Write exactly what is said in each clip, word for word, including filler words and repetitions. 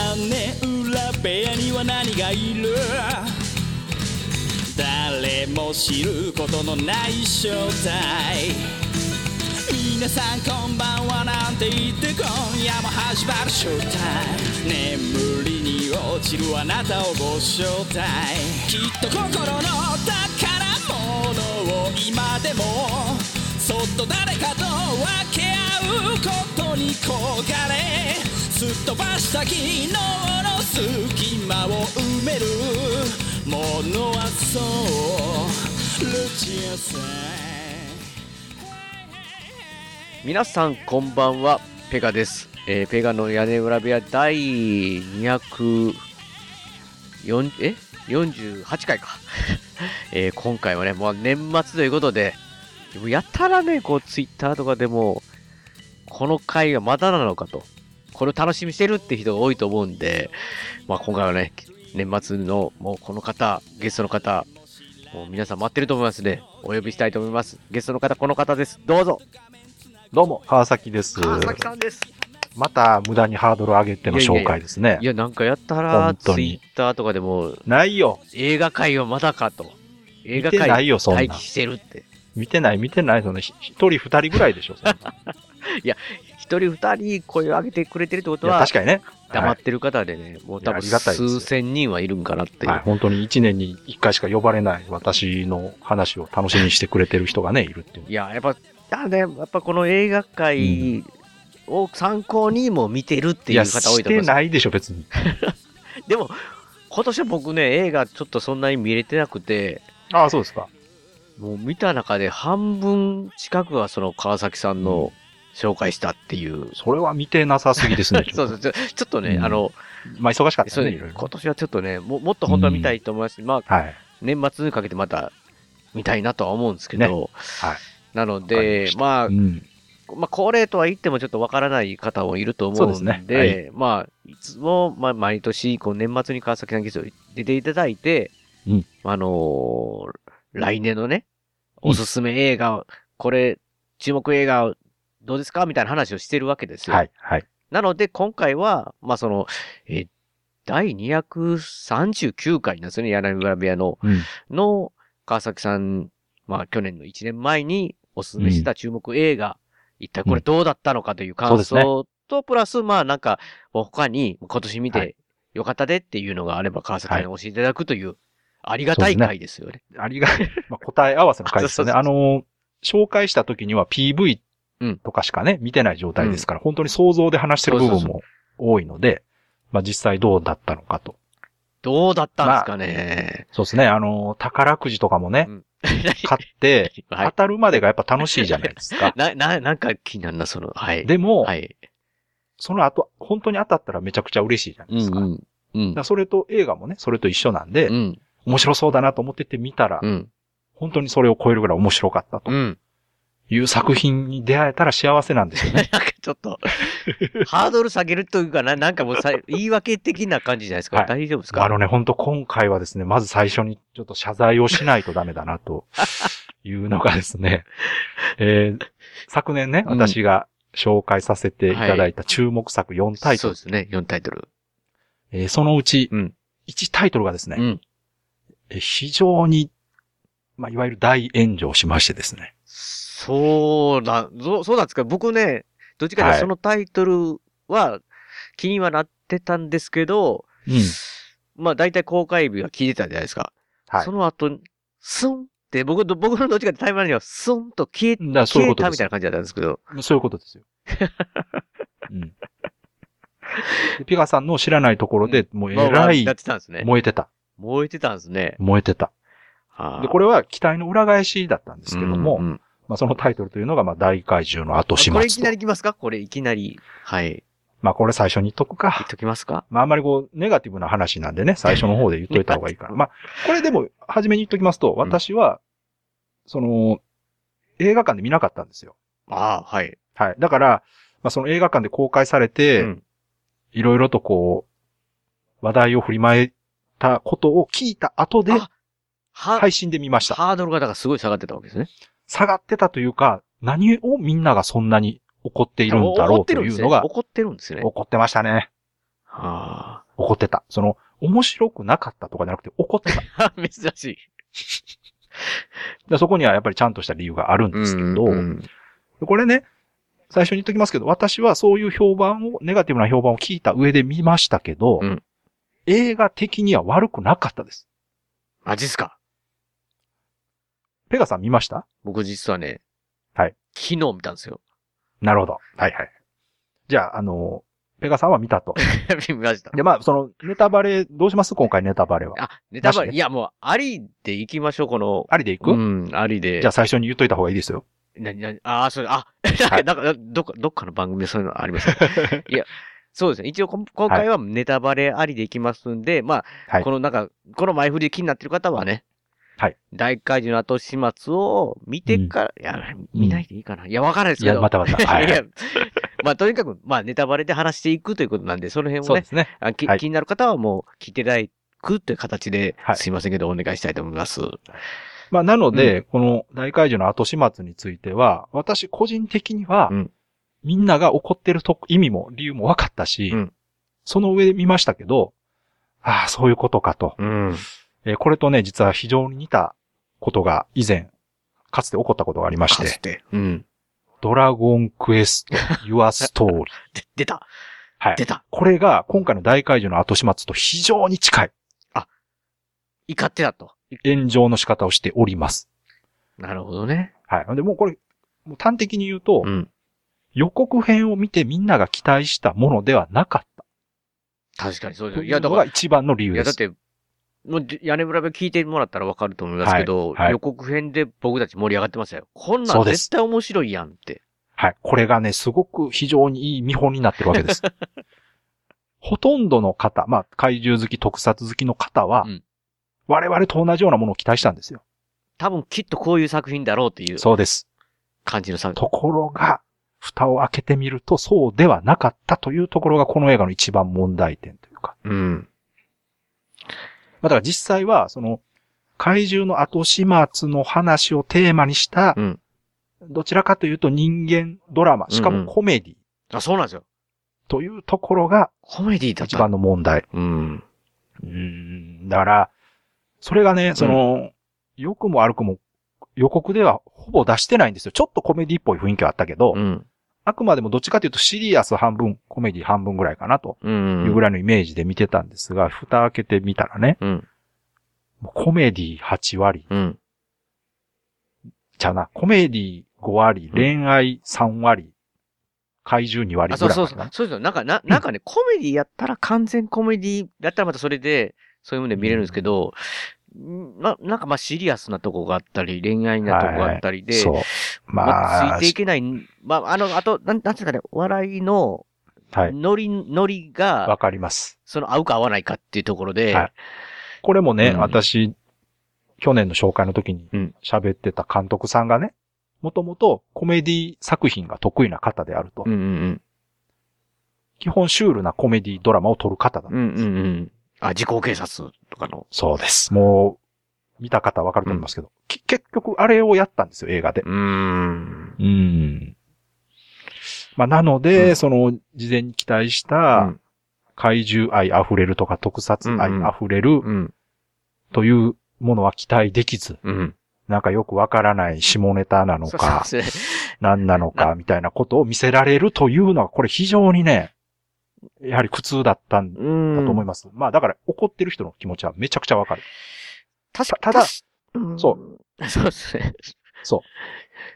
屋根裏部屋には何がいる？誰も知ることのない正体。皆さんこんばんはなんて言って今夜も始まるショータイム。眠りに落ちるあなたをご招待。きっと心の宝物を今でもそっと誰かと分け合うことに焦がれ、すっ飛ばした昨日の隙間を埋めるものはそうルチアさん。 皆さんこんばんは、ペガです。えー、ペガの屋根裏部屋第にひゃくよんじゅうえよんじゅうはちかいか、えー、今回はね、もう年末ということで、やたらね、こうツイッターとかでもこの回がまだなのかと、これを楽しみにしてるって人が多いと思うんで、まあ今回はね、年末のもうこの方、ゲストの方、もう皆さん待ってると思いますので、お呼びしたいと思います。ゲストの方、この方です。どうぞ。 どうも、川崎です。 川崎さんです。 また無駄にハードル上げての紹介ですね。 いやいやいや、いやなんかやったらツイッターとかでもないよ。 映画界はまだかと。映画界ないよ、そんな。 待機してるって。 見てない見てないその一人二人ぐらいでしょ。そんな。 いや一人二人声を上げてくれてるってことは、 確かにね。 黙ってる方でね、はい、もう多分数千人はいるんかなっていう。 はい、本当に一年に一回しか呼ばれない私の話を楽しみにしてくれてる人がねいるっていう。 いややっぱだね、やっぱこの映画界を参考にも見てるっていう方多いと思います。いや、 してないでしょ、別に。 でも、今年は僕ね、映画ちょっとそんなに見れてなくて。 ああ、そうですか。 もう見た中で半分近くはその川崎さんの紹介したっていう。うん、 それは見てなさすぎですね。 そうそうちょ、ちょっとね、うん、あの、 まあ忙しかったね。 ね今年はちょっとね、ももっと本当は見たいと思いますし、うん、まあ、はい、年末にかけてまた見たいなとは思うんですけど、ね、はい。なので、ま, まあ、うん、まあ、恒例とは言ってもちょっとわからない方もいると思うんで、そうですね、はい、まあ、いつも、まあ、毎年、こう、年末に川崎さんゲスト出ていただいて、うん、あのー、来年のね、おすすめ映画、うん、これ、注目映画、どうですかみたいな話をしてるわけですよ。はい、はい。なので、今回は、まあ、その、え、だいにひゃくさんじゅうきゅうかいなんですよね、柳原部屋の、うん、の、川崎さん、まあ、去年のいちねんまえに、おすすめした注目映画、うん、一体これどうだったのかという感想と、うんね、プラス、まあなんか、他に今年見てよかったでっていうのがあれば、川崎さんに教えていただくという、ありがたい回ですよね。 ねありが、まあ、答え合わせの回ですよね。あの、紹介した時には ピーブイ とかしかね、見てない状態ですから、うん、本当に想像で話してる部分も多いので、まあ実際どうだったのかと。 どうだったんですかね、 まあ、そうですね。あの、宝くじとかもね、うん買って、当たるまでがやっぱ楽しいじゃないですか。 な、な、なんか気になるな、その、はい。 でも、はい、その後、本当に当たったらめちゃくちゃ嬉しいじゃないですか。うんうんうん、だからそれと映画もね、それと一緒なんで、うん、面白そうだなと思ってて見たら、うん、本当にそれを超えるぐらい面白かったと。うんいう作品に出会えたら幸せなんですよね。 なんかちょっと、ハードル下げるというかな、なんかもうさ言い訳的な感じじゃないですか。はい、大丈夫ですか？ あのね、本当今回はですね、まず最初にちょっと謝罪をしないとダメだなというのがですね、えー、昨年ね、うん、私が紹介させていただいた注目作よんタイトル。 そうですね、よんタイトル。 えー、そのうち、いちタイトルがですね、うん、えー、非常に、まあ、いわゆる大炎上しましてですね。 そうだ、そう、そうなんですか。僕ね、どっちかというとそのタイトルは気にはなってたんですけど、うん、まあ大体公開日は聞いてたじゃないですか。はい、その後、スンって、僕、僕のどっちかというとタイムラインにはスンと消え、消えたみたいな感じだったんですけど。 そういうことですよ。うん、ピガさんの知らないところで、もうえらい、燃えてた。 燃えてたんですね。 燃えてた。で、これは期待の裏返しだったんですけども、うんうんまあ、そのタイトルというのが、まあ、大怪獣の後始末と。 これいきなり来ますか？これいきなり。はい。 まあ、これ最初に言っとくか。 言っときますか？ まあ、あんまりこう、ネガティブな話なんでね、最初の方で言っといた方がいいから。まあ、これでも、初めに言っときますと、私は、うん、その、映画館で見なかったんですよ。 ああ、はい。 はい。だから、まあ、その映画館で公開されて、うん、いろいろとこう、話題を振りまいたことを聞いた後で、配信で見ました。 ハードルがだからすごい下がってたわけですね。 下がってたというか、何をみんながそんなに怒っているんだろうというのが。 怒ってるんですね。 怒ってましたね。 あ怒ってた。その、面白くなかったとかじゃなくて怒ってた。 珍しい。 でそこにはやっぱりちゃんとした理由があるんですけど、うんうん、これね、最初に言っときますけど、私はそういう評判を、ネガティブな評判を聞いた上で見ましたけど、うん、映画的には悪くなかったです。 マジっすか？ ペガさん見ました？ 僕実はね、 はい。 昨日見たんですよ。 なるほど。はいはい。じゃあ、あの、ペガさんは見たと。 見ました。 で、まあ、その、ネタバレ、どうします今回ネタバレは。 あ、ネタバレ、いやもう、ありで行きましょう、この。 ありで行く？ うん、ありで。 じゃあ最初に言っといた方がいいですよ。 なになに、ああ、それ、あ、はい、なんか、どっか、どっかの番組でそういうのあります、ね、いや、そうですね。一応、今回はネタバレありで行きますんで、はい、まあ、はい、このなんか、この前振りで気になってる方はね、 はい。 大怪獣の後始末を見てから、うん、いや、見ないでいいかな。いや、わからないですけど。 いや、またまた。はい、はい。 まあ、とにかく、まあ、ネタバレで話していくということなんで、その辺もね、 そうですね。 あきはい、気になる方はもう聞いていただくという形で、はい、すいませんけど、お願いしたいと思います。 まあ、なので、うん、この大怪獣の後始末については、私個人的には、うん、みんなが怒ってると意味も理由も分かったし、うん、その上で見ましたけど、ああ、そういうことかと。 うんえー、これとね、実は非常に似たことが以前、かつて起こったことがありまして。 かつて。うん。 ドラゴンクエスト、Your Story で。出た。 はい。 出た。 これが今回の大怪獣の後始末と非常に近い。 あ、怒ってたと。 炎上の仕方をしております。 なるほどね。 はい。でもうこれ、もう端的に言うと、うん、予告編を見てみんなが期待したものではなかった。 確かにそうですよ。 いや、だから。一番の理由です。 いや、だって、もう屋根裏部聞いてもらったらわかると思いますけど、はいはい、予告編で僕たち盛り上がってましたよ。こんなん絶対面白いやんって。 はい。これがね、すごく非常にいい見本になってるわけです。ほとんどの方、まあ、怪獣好き、特撮好きの方は、うん、我々と同じようなものを期待したんですよ。 多分きっとこういう作品だろうっていう。 そうです。 感じの作品。ところが、蓋を開けてみるとそうではなかったというところがこの映画の一番問題点というか。 うん。 まあ、だから実際は、その、怪獣の後始末の話をテーマにした、うん、どちらかというと人間ドラマ、しかもコメディ。うんうん、あ、そうなんですよ。 というところが、 コメディだった。 一番の問題。 うん。 うん。だから、それがね、その、うん、良くも悪くも予告ではほぼ出してないんですよ。ちょっとコメディっぽい雰囲気はあったけど、うん、あくまでもどっちかというとシリアス半分、コメディ半分ぐらいかなというぐらいのイメージで見てたんですが、蓋開けてみたらね、うん、もうコメディはちわり、うん、じゃあな、コメディごわり、恋愛さんわり、怪獣にわりぐらいかな。 そうそうそう。そうですよ。なんか、な、なんかね、コメディやったら完全コメディだったらまたそれで、そういうもので見れるんですけど、ま、なんかまあシリアスなとこがあったり、恋愛なとこがあったりで、はい、そう。まあ、まあ、ついていけない、まあ、あの、あと、なん、なんていうかね、笑いの、はい。ノリ、ノリが、 わかります。 その合うか合わないかっていうところで、はい。 これもね、うん、私、去年の紹介の時に喋ってた監督さんがね、もともとコメディ作品が得意な方であると。 うんうんうん、 基本シュールなコメディドラマを撮る方だったんです。うんうんうん。あ、時効警察とかの。 そうです。もう、見た方わかると思いますけど、うん、結局あれをやったんですよ、映画で。 うーん。 うーん。まあ、なので、うん、その、事前に期待した、怪獣愛溢れるとか、特撮愛溢れる、というものは期待できず、 うん、 なんかよくわからない下ネタなのか、何なのか、みたいなことを見せられるというのは、これ非常にね、やはり苦痛だったんだと思います。まあだから怒ってる人の気持ちはめちゃくちゃわかる。 確かただ、 うん、 そう。 そうですね。 そう。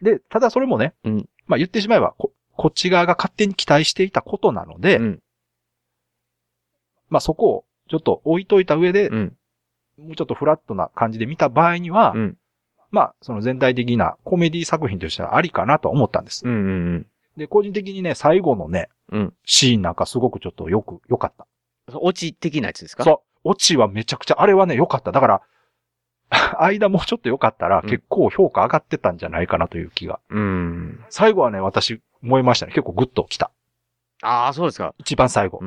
で、ただそれもね、 うん、 まあ言ってしまえばこ、こっち側が勝手に期待していたことなので、うん、まあそこをちょっと置いといた上で、うん、もうちょっとフラットな感じで見た場合には、うん、まあその全体的なコメディ作品としてはありかなと思ったんです。 うんうんうん、 で、個人的にね、最後のね、 うん、 シーンなんかすごくちょっとよく、良かった。 オチ的なやつですか？ そう。オチはめちゃくちゃ、あれはね、良かった。だから、間もうちょっと良かったら、結構評価上がってたんじゃないかなという気が。 うん。 最後はね、私、思いましたね。結構グッと来た。 ああ、そうですか。 一番最後。 うん。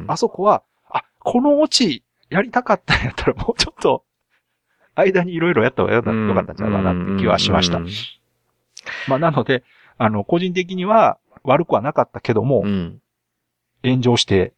あそこは、あ、このオチ、やりたかったんやったら、もうちょっと、間にいろいろやった方がよかったんちゃうかなって気はしました。まあ、なので、あの、個人的には悪くはなかったけども、 うん、 炎上して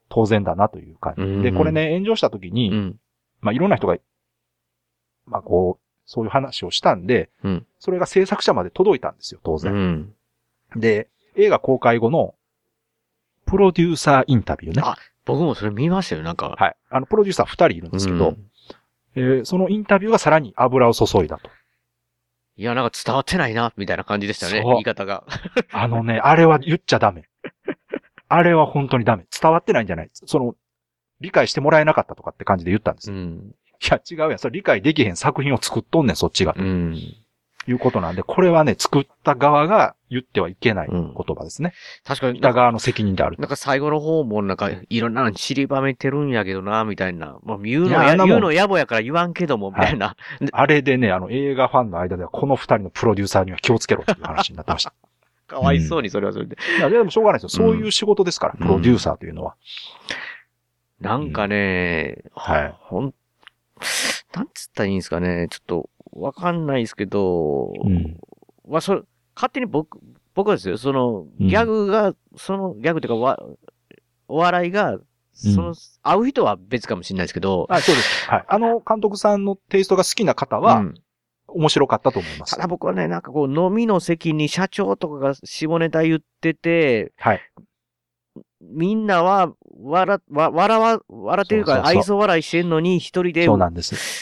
当然だなという感じ。うん、で、これね、炎上した時に、うん、まあいろんな人が、まあこう、そういう話をしたんで、うん、それが制作者まで届いたんですよ、当然。うん、で、映画公開後の、プロデューサーインタビューね。 あ、僕もそれ見ましたよ、なんか。 はい。あの、プロデューサー二人いるんですけど、うん、えー、そのインタビューがさらに油を注いだと。 いや、なんか伝わってないな、みたいな感じでしたね、言い方が。 あのね、あれは言っちゃダメ。あれは本当にダメ。伝わってないんじゃない。その、理解してもらえなかったとかって感じで言ったんですよ。うん、いや、違うやん。それ理解できへん作品を作っとんねん、そっちが。うん、いうことなんで、これはね、作った側が言ってはいけない言葉ですね。うん、確かに。北側の責任である。 なんか最後の方もなんかいろんなの散りばめてるんやけどな、みたいな。まあ、言うのや、言うの野暮やから言わんけども、みたいな、はい。 あれでね、あの映画ファンの間ではこの二人のプロデューサーには気をつけろっていう話になってました。 かわいそうに、それはそれで。 いや、でもしょうがないですよ。そういう仕事ですから、うん、プロデューサーというのは。 なんかね、うん、はい。ほん、なんつったらいいんですかね。ちょっと、わかんないですけど、うん、まあ、それ、勝手に僕、僕はですよ、その、ギャグが、うん、その、ギャグというか、わ、お笑いが、その、うん、合う人は別かもしれないですけど。 あ、そうです。はい。あの、監督さんのテイストが好きな方は、うん、面白かったと思います。 ただ僕はね、なんかこう、飲みの席に社長とかが下ネタ言ってて、はい。みんなは、笑、わ、笑わ、笑ってるから愛想笑いしてんのに一人で、 そうなんです。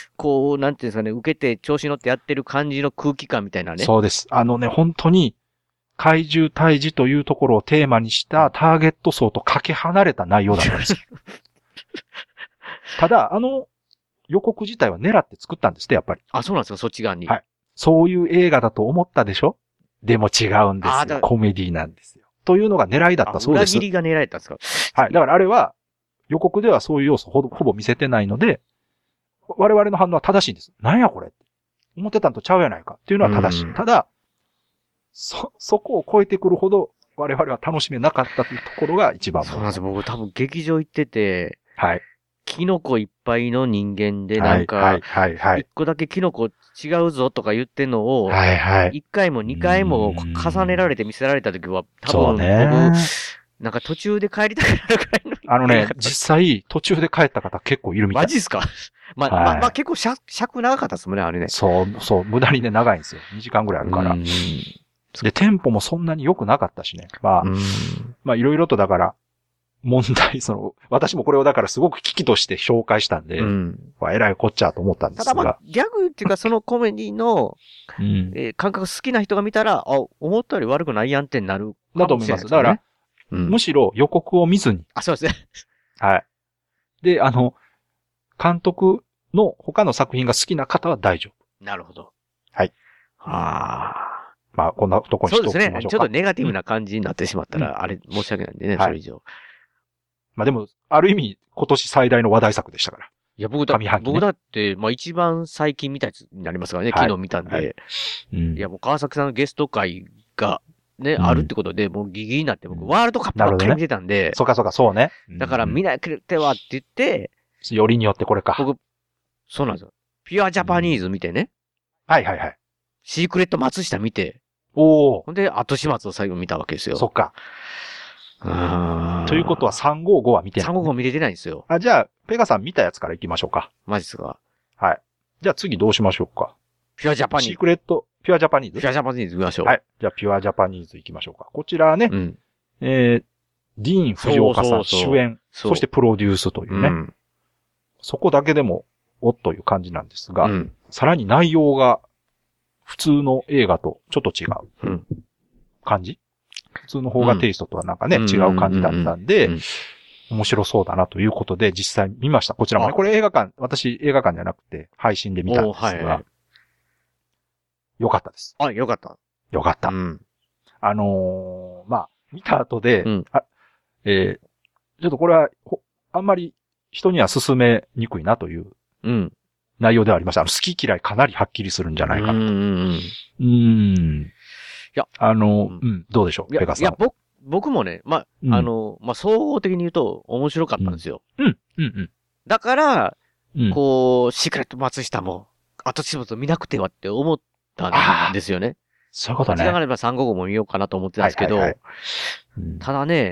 こう、なんていうんですかね、受けて調子乗ってやってる感じの空気感みたいなね。 そうです。あのね、本当に、怪獣退治というところをテーマにしたターゲット層とかけ離れた内容だったんです。ただ、あの、予告自体は狙って作ったんですって、やっぱり。 あ、そうなんですか、そっち側に。 はい。そういう映画だと思ったでしょ？でも違うんですよ。コメディなんですよ。というのが狙いだったそうです。 裏切りが狙いだったんですか？ はい。だからあれは、予告ではそういう要素ほぼ、ほぼ見せてないので、我々の反応は正しいんです。なんやこれって。思ってたんとちゃうやないかっていうのは正しい。ただ、そ、そこを超えてくるほど我々は楽しめなかったというところが一番。 そうなんですよ。僕多分劇場行ってて、 はい。 キノコいっぱいの人間でなんか、はいはいはい。一個だけキノコ違うぞとか言ってんのを、はいはい。一回も二回も重ねられて見せられたときは、多分僕、なんか途中で帰りたくなるくらいの。 あのね、実際途中で帰った方結構いるみたい。 マジっすか？まあ、はい、まあ、まあ結構尺、尺長かったですもんね、あれね。 そう、そう、無駄にね、長いんですよ。にじかんぐらいあるから。で、テンポもそんなに良くなかったしね。まあ、まあいろいろとだから、問題、その、私もこれをだからすごく危機として紹介したんで、うん、えらいこっちゃと思ったんですが。 ただまあ、ギャグっていうかそのコメディの、うんえー、感覚好きな人が見たら、あ、思ったより悪くないやんってなるかもしれない、ね。だと思います。 だから、うん、むしろ予告を見ずに。 あ、そうですね。 はい。で、あの、監督の他の作品が好きな方は大丈夫。 なるほど。 はい。 はあ。 まあ、こんなとこにしておきましょうか。 そうですね。ちょっとネガティブな感じになってしまったら、うん、あれ、申し訳ないんでね、はい、それ以上。 まあでも、ある意味、今年最大の話題作でしたから。 いや、僕だ、ね、僕だって、まあ一番最近見たやつになりますからね、はい、昨日見たんで。はいうん、いや、もう川崎さんのゲスト会が、ね、うん、あるってことで、もうギギになって僕、ワールドカップばっかり見てたんで。 ね、そうかそうか、そうね。 だから見なくてはって言って、 よりによってこれか。 僕、そうなんですよ。ピュアジャパニーズ見てね。 うん、はいはいはい。 シークレット松下見て。 おー。 ほんで、後始末を最後見たわけですよ。 そっか。 あということはさんごーごは見てない、 ね。さんごーご見れてないんですよ。 あ、じゃあ、ペガさん見たやつから行きましょうか。 マジっすか。 はい。じゃあ次どうしましょうか。 ピュアジャパニーズ。 シークレット、ピュアジャパニーズピュアジャパニーズ行きましょう。 はい。じゃあピュアジャパニーズ行きましょうか。こちらはね、うん、えー、ディーン・藤岡さんそうそうそう主演、そしてプロデュースというね。うん、そこだけでも、おっという感じなんですが、うん、さらに内容が普通の映画とちょっと違う感じ、うん普通の方がテイストとはなんかね、うん、違う感じだったんで、うんうんうんうん、面白そうだなということで実際見ました。こちらもね、これ映画館、私映画館じゃなくて配信で見たんですが、はいはい、よかったです。 あ、よかった。 よかった。うん、あのー、まあ、見た後で、うん、あえー、ちょっとこれは、あんまり人には勧めにくいなという内容ではありました。あの好き嫌いかなりはっきりするんじゃないかなと。うん。うーんいや、あの、うん、うん、どうでしょう、ペガさん。 いや、僕、僕もね、ま、うん、あの、ま、総合的に言うと面白かったんですよ。 うん、うん、うん、うん。 だから、うん、こう、シークレット松下も、後始末見なくてはって思ったんですよね。 そういうことね。 時間があればさんごーごも見ようかなと思ってたんですけど、はいはいはいうん、ただね、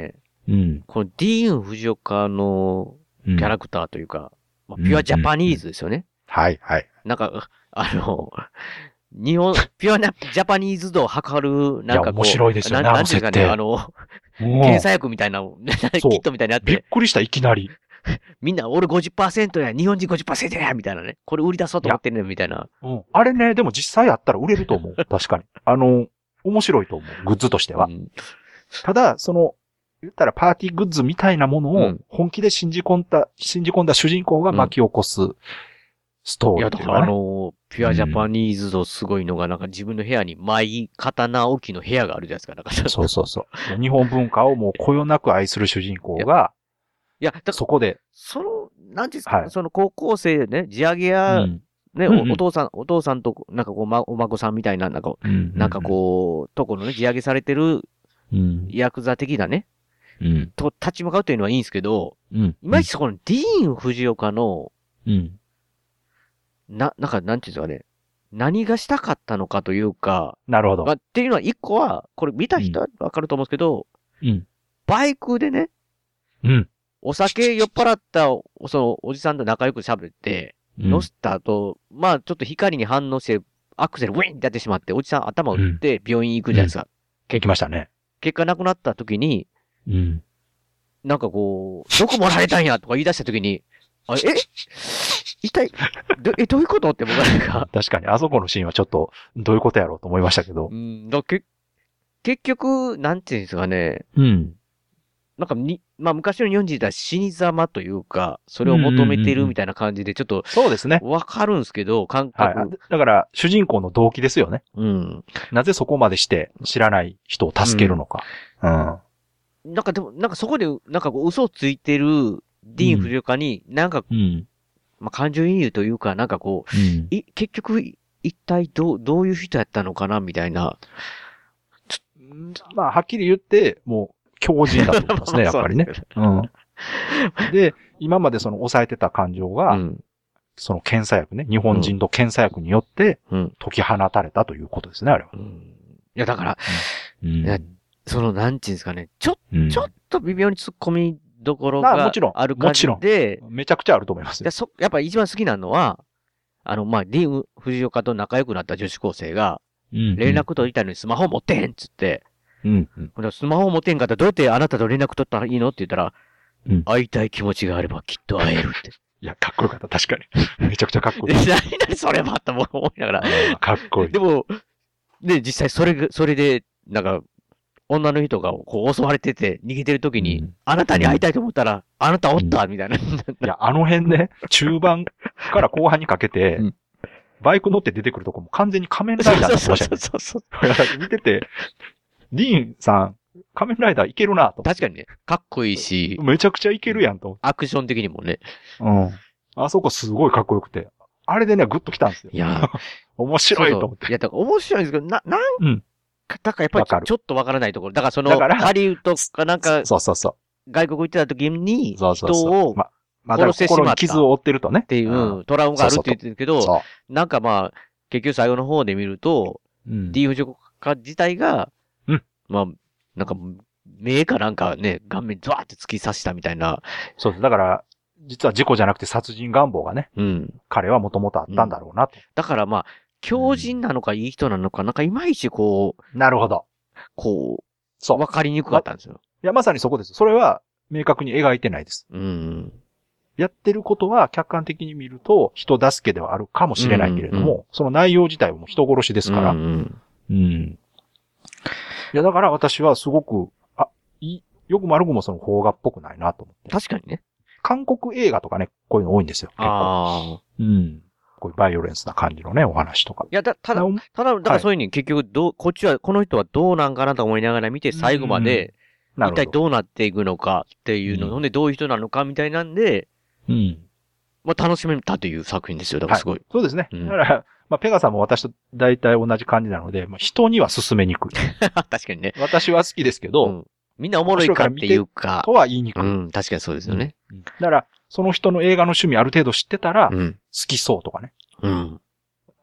うん、このディーン・フジオカのキャラクターというか、うん、まあ、ピュアジャパニーズですよね。うんうんうん、 はい、はい。 なんか、あの、日本、ピュアなジャパニーズ度を測る、なんかこう。 面白いですよね、 ななんていうかね、あの、検査薬みたいな、キットみたいにあって。 びっくりした、いきなり。 みんな、俺 ごじゅっパーセント や、日本人 ごじゅっパーセント や、みたいなね。これ売り出そうと思ってんねん、みたいな。 うん。あれね、でも実際あったら売れると思う。確かに。あの、面白いと思う。グッズとしては。うん、ただ、その、言ったらパーティーグッズみたいなものを本気で信じ込んだ、信じ込んだ主人公が巻き起こすストーリー、ね。いや、だからあの、ピュアジャパニーズ度すごいのが、なんか自分の部屋にマイ刀置きの部屋があるじゃないですか。なんかそうそうそう。日本文化をもうこよなく愛する主人公が、 いや、だそこで。 その、なんていうんですか、はい、その高校生ね、地上げや、うん、ね、うんうん、お, お父さん、お父さんと、なんかこう、ま、お孫さんみたいな、なんか、うんうんうん、なんかこう、とこのね、地上げされてる、ヤクザ的なね、うん、と立ち向かうというのはいいんですけど、うん、いまいちそこのディーン・フジオカの、うん、な、なんか、なんていうんですかね、何がしたかったのかというか、 なるほど。 まあ、っていうのは一個は、これ見た人はわかると思うんですけど、うん、バイクでね、うん、お酒酔っ払った、その、おじさんと仲良く喋って、うん、乗せた後、まあ、ちょっと光に反応して、アクセルウィンってやってしまって、おじさん頭打って病院行くじゃないですか。 うん、行きましたね。 結果なくなった時に、うん。なんかこう、どこもられたんやとか言い出したときに、あえ一体、ど、え、どういうことって僕はなんか。 確かに、あそこのシーンはちょっと、どういうことやろうと思いましたけど。 うん、だけ、結局、なんていうんですかね。うん。なんかに、まあ昔の日本人だったら死に様というか、それを求めてるみたいな感じで、ちょっと、 そうですね。 わかるんですけど、感覚、はい。 だから、主人公の動機ですよね。うん。なぜそこまでして知らない人を助けるのか。うん。うんなんかでも、なんかそこで、なんかこう嘘をついてるディーン・フジオカに、なんか、うん、まあ、感情移入というか、なんかこう、うん、い結局、一体どう、どういう人やったのかな、みたいな。 まあ、はっきり言って、もう、強靭だと思いますね、やっぱりね。うん。で、今までその抑えてた感情が、うん、その検査薬ね、日本人と検査薬によって、解き放たれたということですね、あれは。うん、 いや、だから、うん、いやその、なんていうんですかね。ちょ、うん、ちょっと微妙に突っ込みどころがある感じで。もちろん。 めちゃくちゃあると思いますよ。 そやっぱ一番好きなのは、あの、まあ、ディーン・フジオカと仲良くなった女子高生が、うんうん、連絡取りたいのにスマホ持ってへんっつって、うんうん、スマホ持ってへんかったらどうやってあなたと連絡取ったらいいのって言ったら、うん、会いたい気持ちがあればきっと会えるって。 いや、かっこよかった。確かに。めちゃくちゃかっこいい。 何々それもあったもん思いながら。 かっこいい。 でも、ね、実際それ、それで、なんか、女の人がこう襲われてて逃げてる時に、うん、あなたに会いたいと思ったら、うん、あなたおった、うん、みたいな。いや、あの辺ね、中盤から後半にかけて、うん、バイク乗って出てくるとこも完全に仮面ライダーになってましたね。そうそうそうそう。見てて、ディーンさん、仮面ライダーいけるなと。 確かにね、かっこいいし。 めちゃくちゃいけるやんと。 アクション的にもね。 うん。あそこすごいかっこよくて。あれでね、グッと来たんですよ。 いや、 面白いと思って。 いや、だから面白いんですけど、な、なん、うんだからやっぱりちょっとわからないところ。だからその、ハリウッドかなんか、 そうそうそう。 外国行ってた時に、人を殺してしまった。傷を負ってるとね。 っていうトラウマがあるって言ってるけど、なんかまあ、結局最後の方で見ると、ディーン・フジオカ自体が、まあ、なんか、目かなんかね、顔面にドワーって突き刺したみたいな。 そうです。だから、実は事故じゃなくて殺人願望がね、うん、彼はもともとあったんだろうなと。 だからまあ、強靭なのかいい人なのか、なんかいまいちこう。なるほど。 こう。そう。わかりにくかったんですよ。 いや、まさにそこです。それは明確に描いてないです。うん。やってることは客観的に見ると人助けではあるかもしれないけれども、うんうん、その内容自体はもう人殺しですから。うん、うん。うん。いや、だから私はすごく、あ、い、よくも悪くもその邦画っぽくないなと思って。 確かにね。 韓国映画とかね、こういうの多いんですよ。結構。ああ。うん。こういうバイオレンスな感じのね、お話とか。 いや、だ、ただ、ただ、だからそういうふうに結局、どう、こっちは、この人はどうなんかなと思いながら見て、最後まで、一体どうなっていくのかっていうの、ほんでどういう人なのかみたいなんで、うん。まあ楽しめたという作品ですよ。だからすごい。はい、 そうですね。うん、だから、まあペガさんも私と大体同じ感じなので、まあ、人には勧めにくい。 確かにね。 私は好きですけど、うん、 みんなおもろいかっていうか。 とは言いにくい。うん、確かにそうですよね。 うん、だから、その人の映画の趣味ある程度知ってたら、うん、好きそうとかね。うん。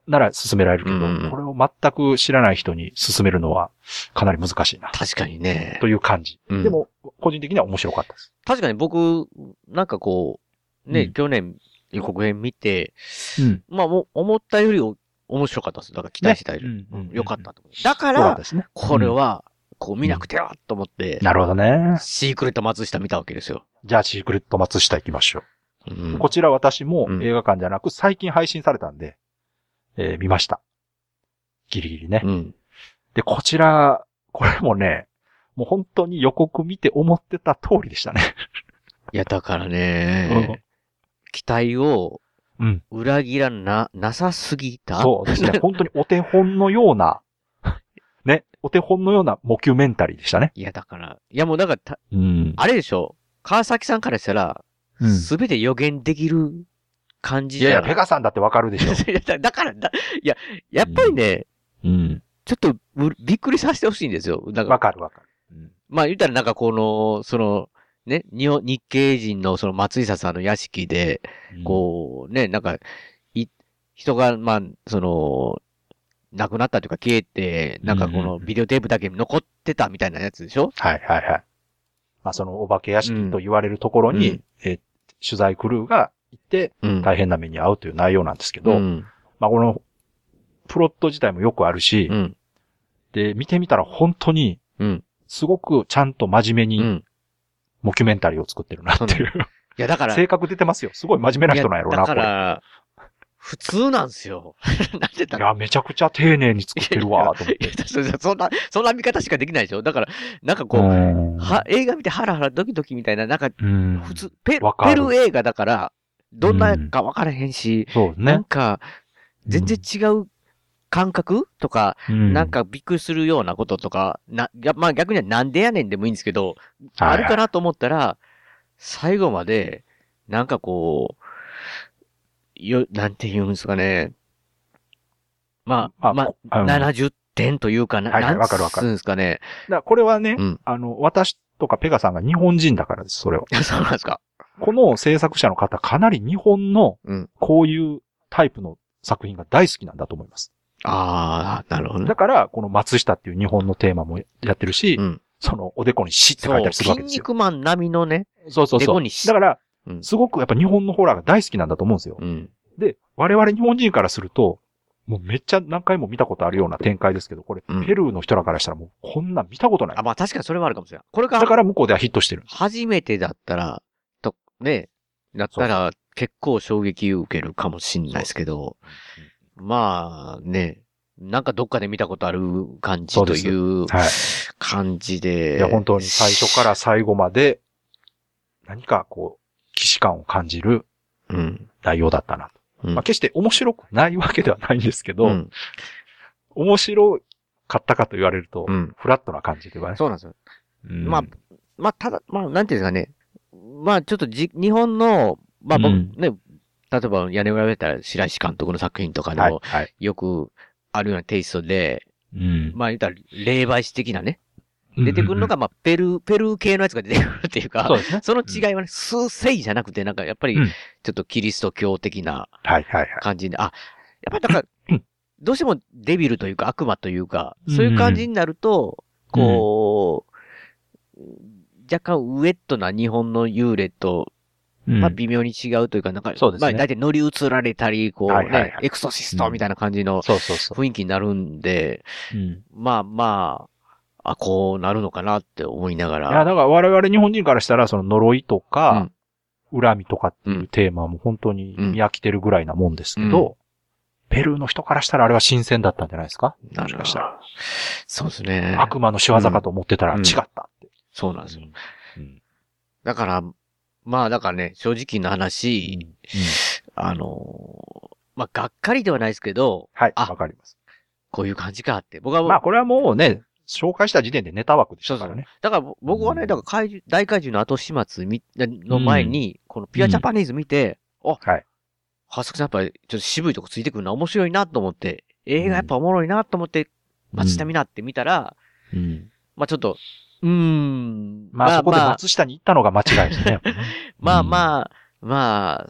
なら進められるけど、うん、これを全く知らない人に進めるのはかなり難しいな。 確かにね。 という感じ。うん、でも、個人的には面白かったです。 確かに僕、なんかこう、ね、うん、去年予告編見て、うん、まあもう思ったより面白かったです。だから期待してたより、ねうんうん、よかったと思う。だから、ね、これは、こう見なくてはと思って、 なるほどね。 シークレット松下見たわけですよ。 じゃあシークレット松下行きましょう。うん、こちら私も映画館じゃなく最近配信されたんで、えー、見ました。ギリギリね、うん。で、こちら、これもね、もう本当に予告見て思ってた通りでしたね。 いや、だからね、うん、期待を裏切らな、なさすぎた。 そうですね。本当にお手本のような、ね、お手本のようなモキュメンタリーでしたね。 いや、だから、いやもうだからた、うん、あれでしょ、川崎さんからしたら、すべ、うん、て予言できる感じじゃない。 いやいや、ペガさんだってわかるでしょ。 いや、だからだ、いや、やっぱりね、うん、ちょっとびっくりさせてほしいんですよ。 わかるわかる。 うん、まあ言ったらなんかこの、その、ね、日本、日系人のその松下さんの屋敷で、うん、こう、ね、なんか、い、人が、まあ、その、亡くなったというか消えて、なんかこのビデオテープだけ残ってたみたいなやつでしょ、うん、 はいはいはい。まあそのお化け屋敷と言われるところに、うん、え取材クルーが行って大変な目に遭うという内容なんですけど、うん、まあこのプロット自体もよくあるし、うん、で、見てみたら本当に、すごくちゃんと真面目にモキュメンタリーを作ってるなっていう。いやだから。 性格出てますよ。すごい真面目な人なんやろうな、これ。 だから、普通なんですよ。なんでだいや、めちゃくちゃ丁寧に作ってるわ、と思って。いやいやそんな、そんな見方しかできないでしょ。だから、なんかこう、は映画見てハラハラドキドキみたいな、なんか、普通、ペペル映画だから、どんなか分からへんし、 そうね。 なんか、全然違う感覚とか、なんかびっくりするようなこととか、な、まあ逆にはなんでやねんでもいいんですけど、あるかなと思ったら、最後まで、なんかこう、よ、なんて言うんですかね。まあ、まあ、ななじゅってんというかな、 はいはい、わかるわかる。 なんですかね。 だからこれはね、うん、あの、私とかペガさんが日本人だからです、それは。 そうなんですか。 この制作者の方、かなり日本の、こういうタイプの作品が大好きなんだと思います。 うん、ああ、なるほど、ね。 だから、この松下っていう日本のテーマもやってるし、うん、その、おでこに死って書いたりするわけですよ。 筋肉マン並みのね。 そうそうそう。だから、すごくやっぱ日本のホラーが大好きなんだと思うんですよ。うん、で、我々日本人からすると、もうめっちゃ何回も見たことあるような展開ですけど、これ、うん、ペルーの人らからしたらもうこんな見たことない。 あ、まあ確かにそれはあるかもしれない。これが。 だから向こうではヒットしてる。 初めてだったら、と、ね、だったら結構衝撃を受けるかもしれないですけど、まあね、なんかどっかで見たことある感じという感じで。 いや、本当に最初から最後まで何かこう、既視感を感じる内容だったなと。うん、まあ決して面白くないわけではないんですけど、うん、面白かったかと言われると、うん、フラットな感じではね。 そうなんですよ。うん、まあ、まあ、ただ、まあ、なんていうんですかね。まあ、ちょっとじ、日本の、まあ僕、うん、ね、例えば屋根裏部屋ったら白石監督の作品とかでも、はいはい、よくあるようなテイストで、うん、まあ言ったら霊媒師的なね、出てくるのが、まあ、ペルー、ペルー系のやつが出てくるっていうか、そうですね、その違いはね、数世じゃなくて、なんかやっぱり、ちょっとキリスト教的な感じで、あ、やっぱりだから、どうしてもデビルというか悪魔というか、そういう感じになると、こう、若干ウェットな日本の幽霊と、まあ微妙に違うというか、なんか、まあ大体乗り移られたり、こうね、エクソシストみたいな感じの雰囲気になるんで、まあまあ、あ、こうなるのかなって思いながら。 いや、だから我々日本人からしたら、その呪いとか、うん、恨みとかっていうテーマも本当に見飽きてるぐらいなもんですけど、うん、ペルーの人からしたらあれは新鮮だったんじゃないですか？ なるほど。そうですね。 悪魔の仕業かと思ってたら違ったって。うん、 そうなんですよ。うん、だから、まあだからね、正直な話、うん、あの、まあがっかりではないですけど、 はい、わかります。 こういう感じかって。僕はまあこれはもうね、紹介した時点でネタ枠でしたからね。 だから僕はね、だから怪獣、大怪獣の後始末の前に、このピュアジャパニーズ見て、あ、はい。はすくさんやっぱりちょっと渋いとこついてくるの面白いなと思って、映画やっぱおもろいなと思って、松下見なって見たら、うん。まあちょっと、うーん。 まあそこで松下に行ったのが間違いですね。 まあまあ、まあ、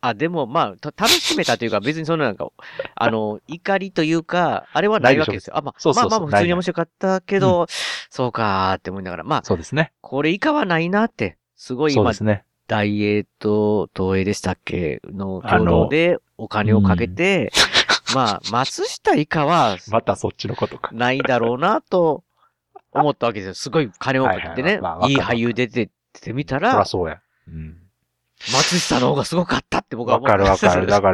あ、でもまあ、た楽しめたというか、別にそのなんか、あの、怒りというか、あれはないわけですよ。あ、まあ、そうそうそうまあまあ、普通に面白かったけど、うん、そうかーって思いながら、まあ、 そうですね。 これ以下はないなって、すごい今、ね、ダイエーと東映でしたっけの共同でお金をかけて、うん、まあ、松下以下は、 またそっちのことか。 ないだろうなと思ったわけですよ。すごい金をかけてね、はいはい、いい俳優出てってみたら、 そらそうや。うん、 松下の方がすごかったって僕は思った。わかるわかる。だから、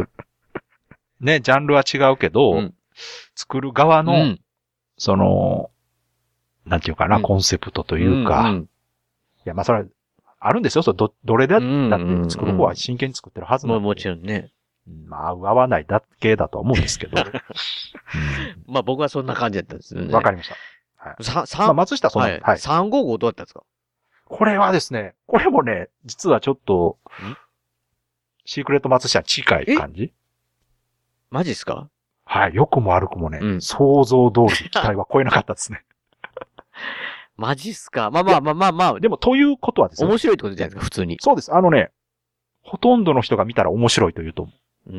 ね、ジャンルは違うけど、うん、作る側の、うん、その、なんていうかな、うん、コンセプトというか、うんうん、いや、まあそれは、あるんですよ。そど、どれだ、だって作る方は真剣に作ってるはずなんで。 もちろんね。 まあ、合う合わないだけだと思うんですけど。うん、 まあ僕はそんな感じだったんですよね。 わかりました。はい。 さ、さ、 まあ、松下そんな、はい。はい、 さんごーごどうだったんですか？ これはですね、これもね、実はちょっと、シークレット松下に近い感じ？ マジっすか？ はい。良くも悪くもね、うん、想像通り期待は超えなかったですね。 マジっすか？まあまあまあまあまあ。 でも、ということはですね。 面白いってことじゃないですか、普通に。 そうです。あのね、ほとんどの人が見たら面白いと言うと思う。うん。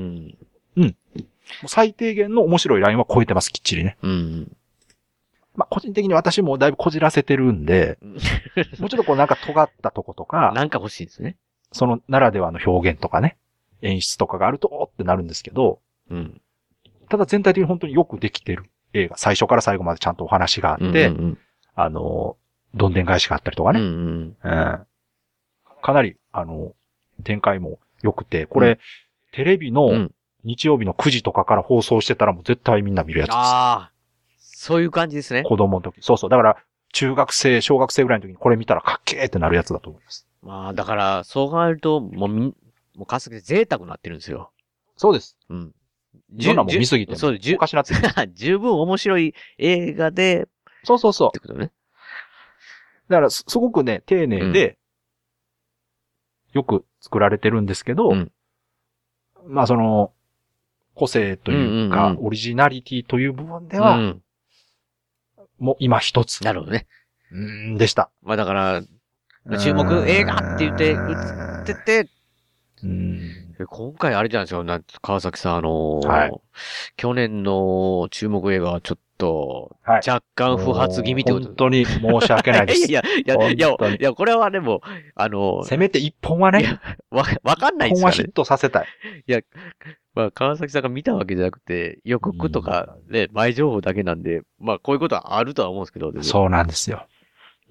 うん。もう最低限の面白いラインは超えてます、きっちりね。うん。まあ、個人的に私もだいぶこじらせてるんで、もうちょっとこうなんか尖ったとことか、 なんか欲しいですね。 そのならではの表現とかね、演出とかがあると、おーってなるんですけど、うん。ただ全体的に本当によくできてる映画、最初から最後までちゃんとお話があって、うんうんうん、あの、どんでん返しがあったりとかね、うんうんうん、かなり、あの、展開も良くて、これ、うん、テレビの日曜日のくじとかから放送してたらもう絶対みんな見るやつです。ああ。 そういう感じですね。 子供の時。そうそう。だから、中学生、小学生ぐらいの時にこれ見たらかっけーってなるやつだと思います。 まあ、だから、そう考えると、もうみ、もうかすげ贅沢になってるんですよ。 そうです。うん。そんなもん見すぎても。 そう、 おかしなってる。 十分面白い映画で。 そうそうそう。 ってことね。 だからす、すごくね、丁寧で、よく作られてるんですけど、うん、まあその、個性というか、うんうんうん、オリジナリティという部分では、うん、もう今一つ。 なるほどね。 うん、でした。 まあだから、注目映画って言って、映ってて、うん今回あれじゃないですか、な川崎さん、あのーはい、去年の注目映画はちょっと、若干不発気味ってこと、はい、 本当に申し訳ないです。 いやいや、いや、いや、いや、これはでも、あのー、 せめて一本はね、 わ、わかんないですよね。 一本はヒットさせたい。 いや、まあ、川崎さんが見たわけじゃなくて、予告とかね、前情報だけなんで、まあ、こういうことはあるとは思うんですけど。 そうなんですよ。うん、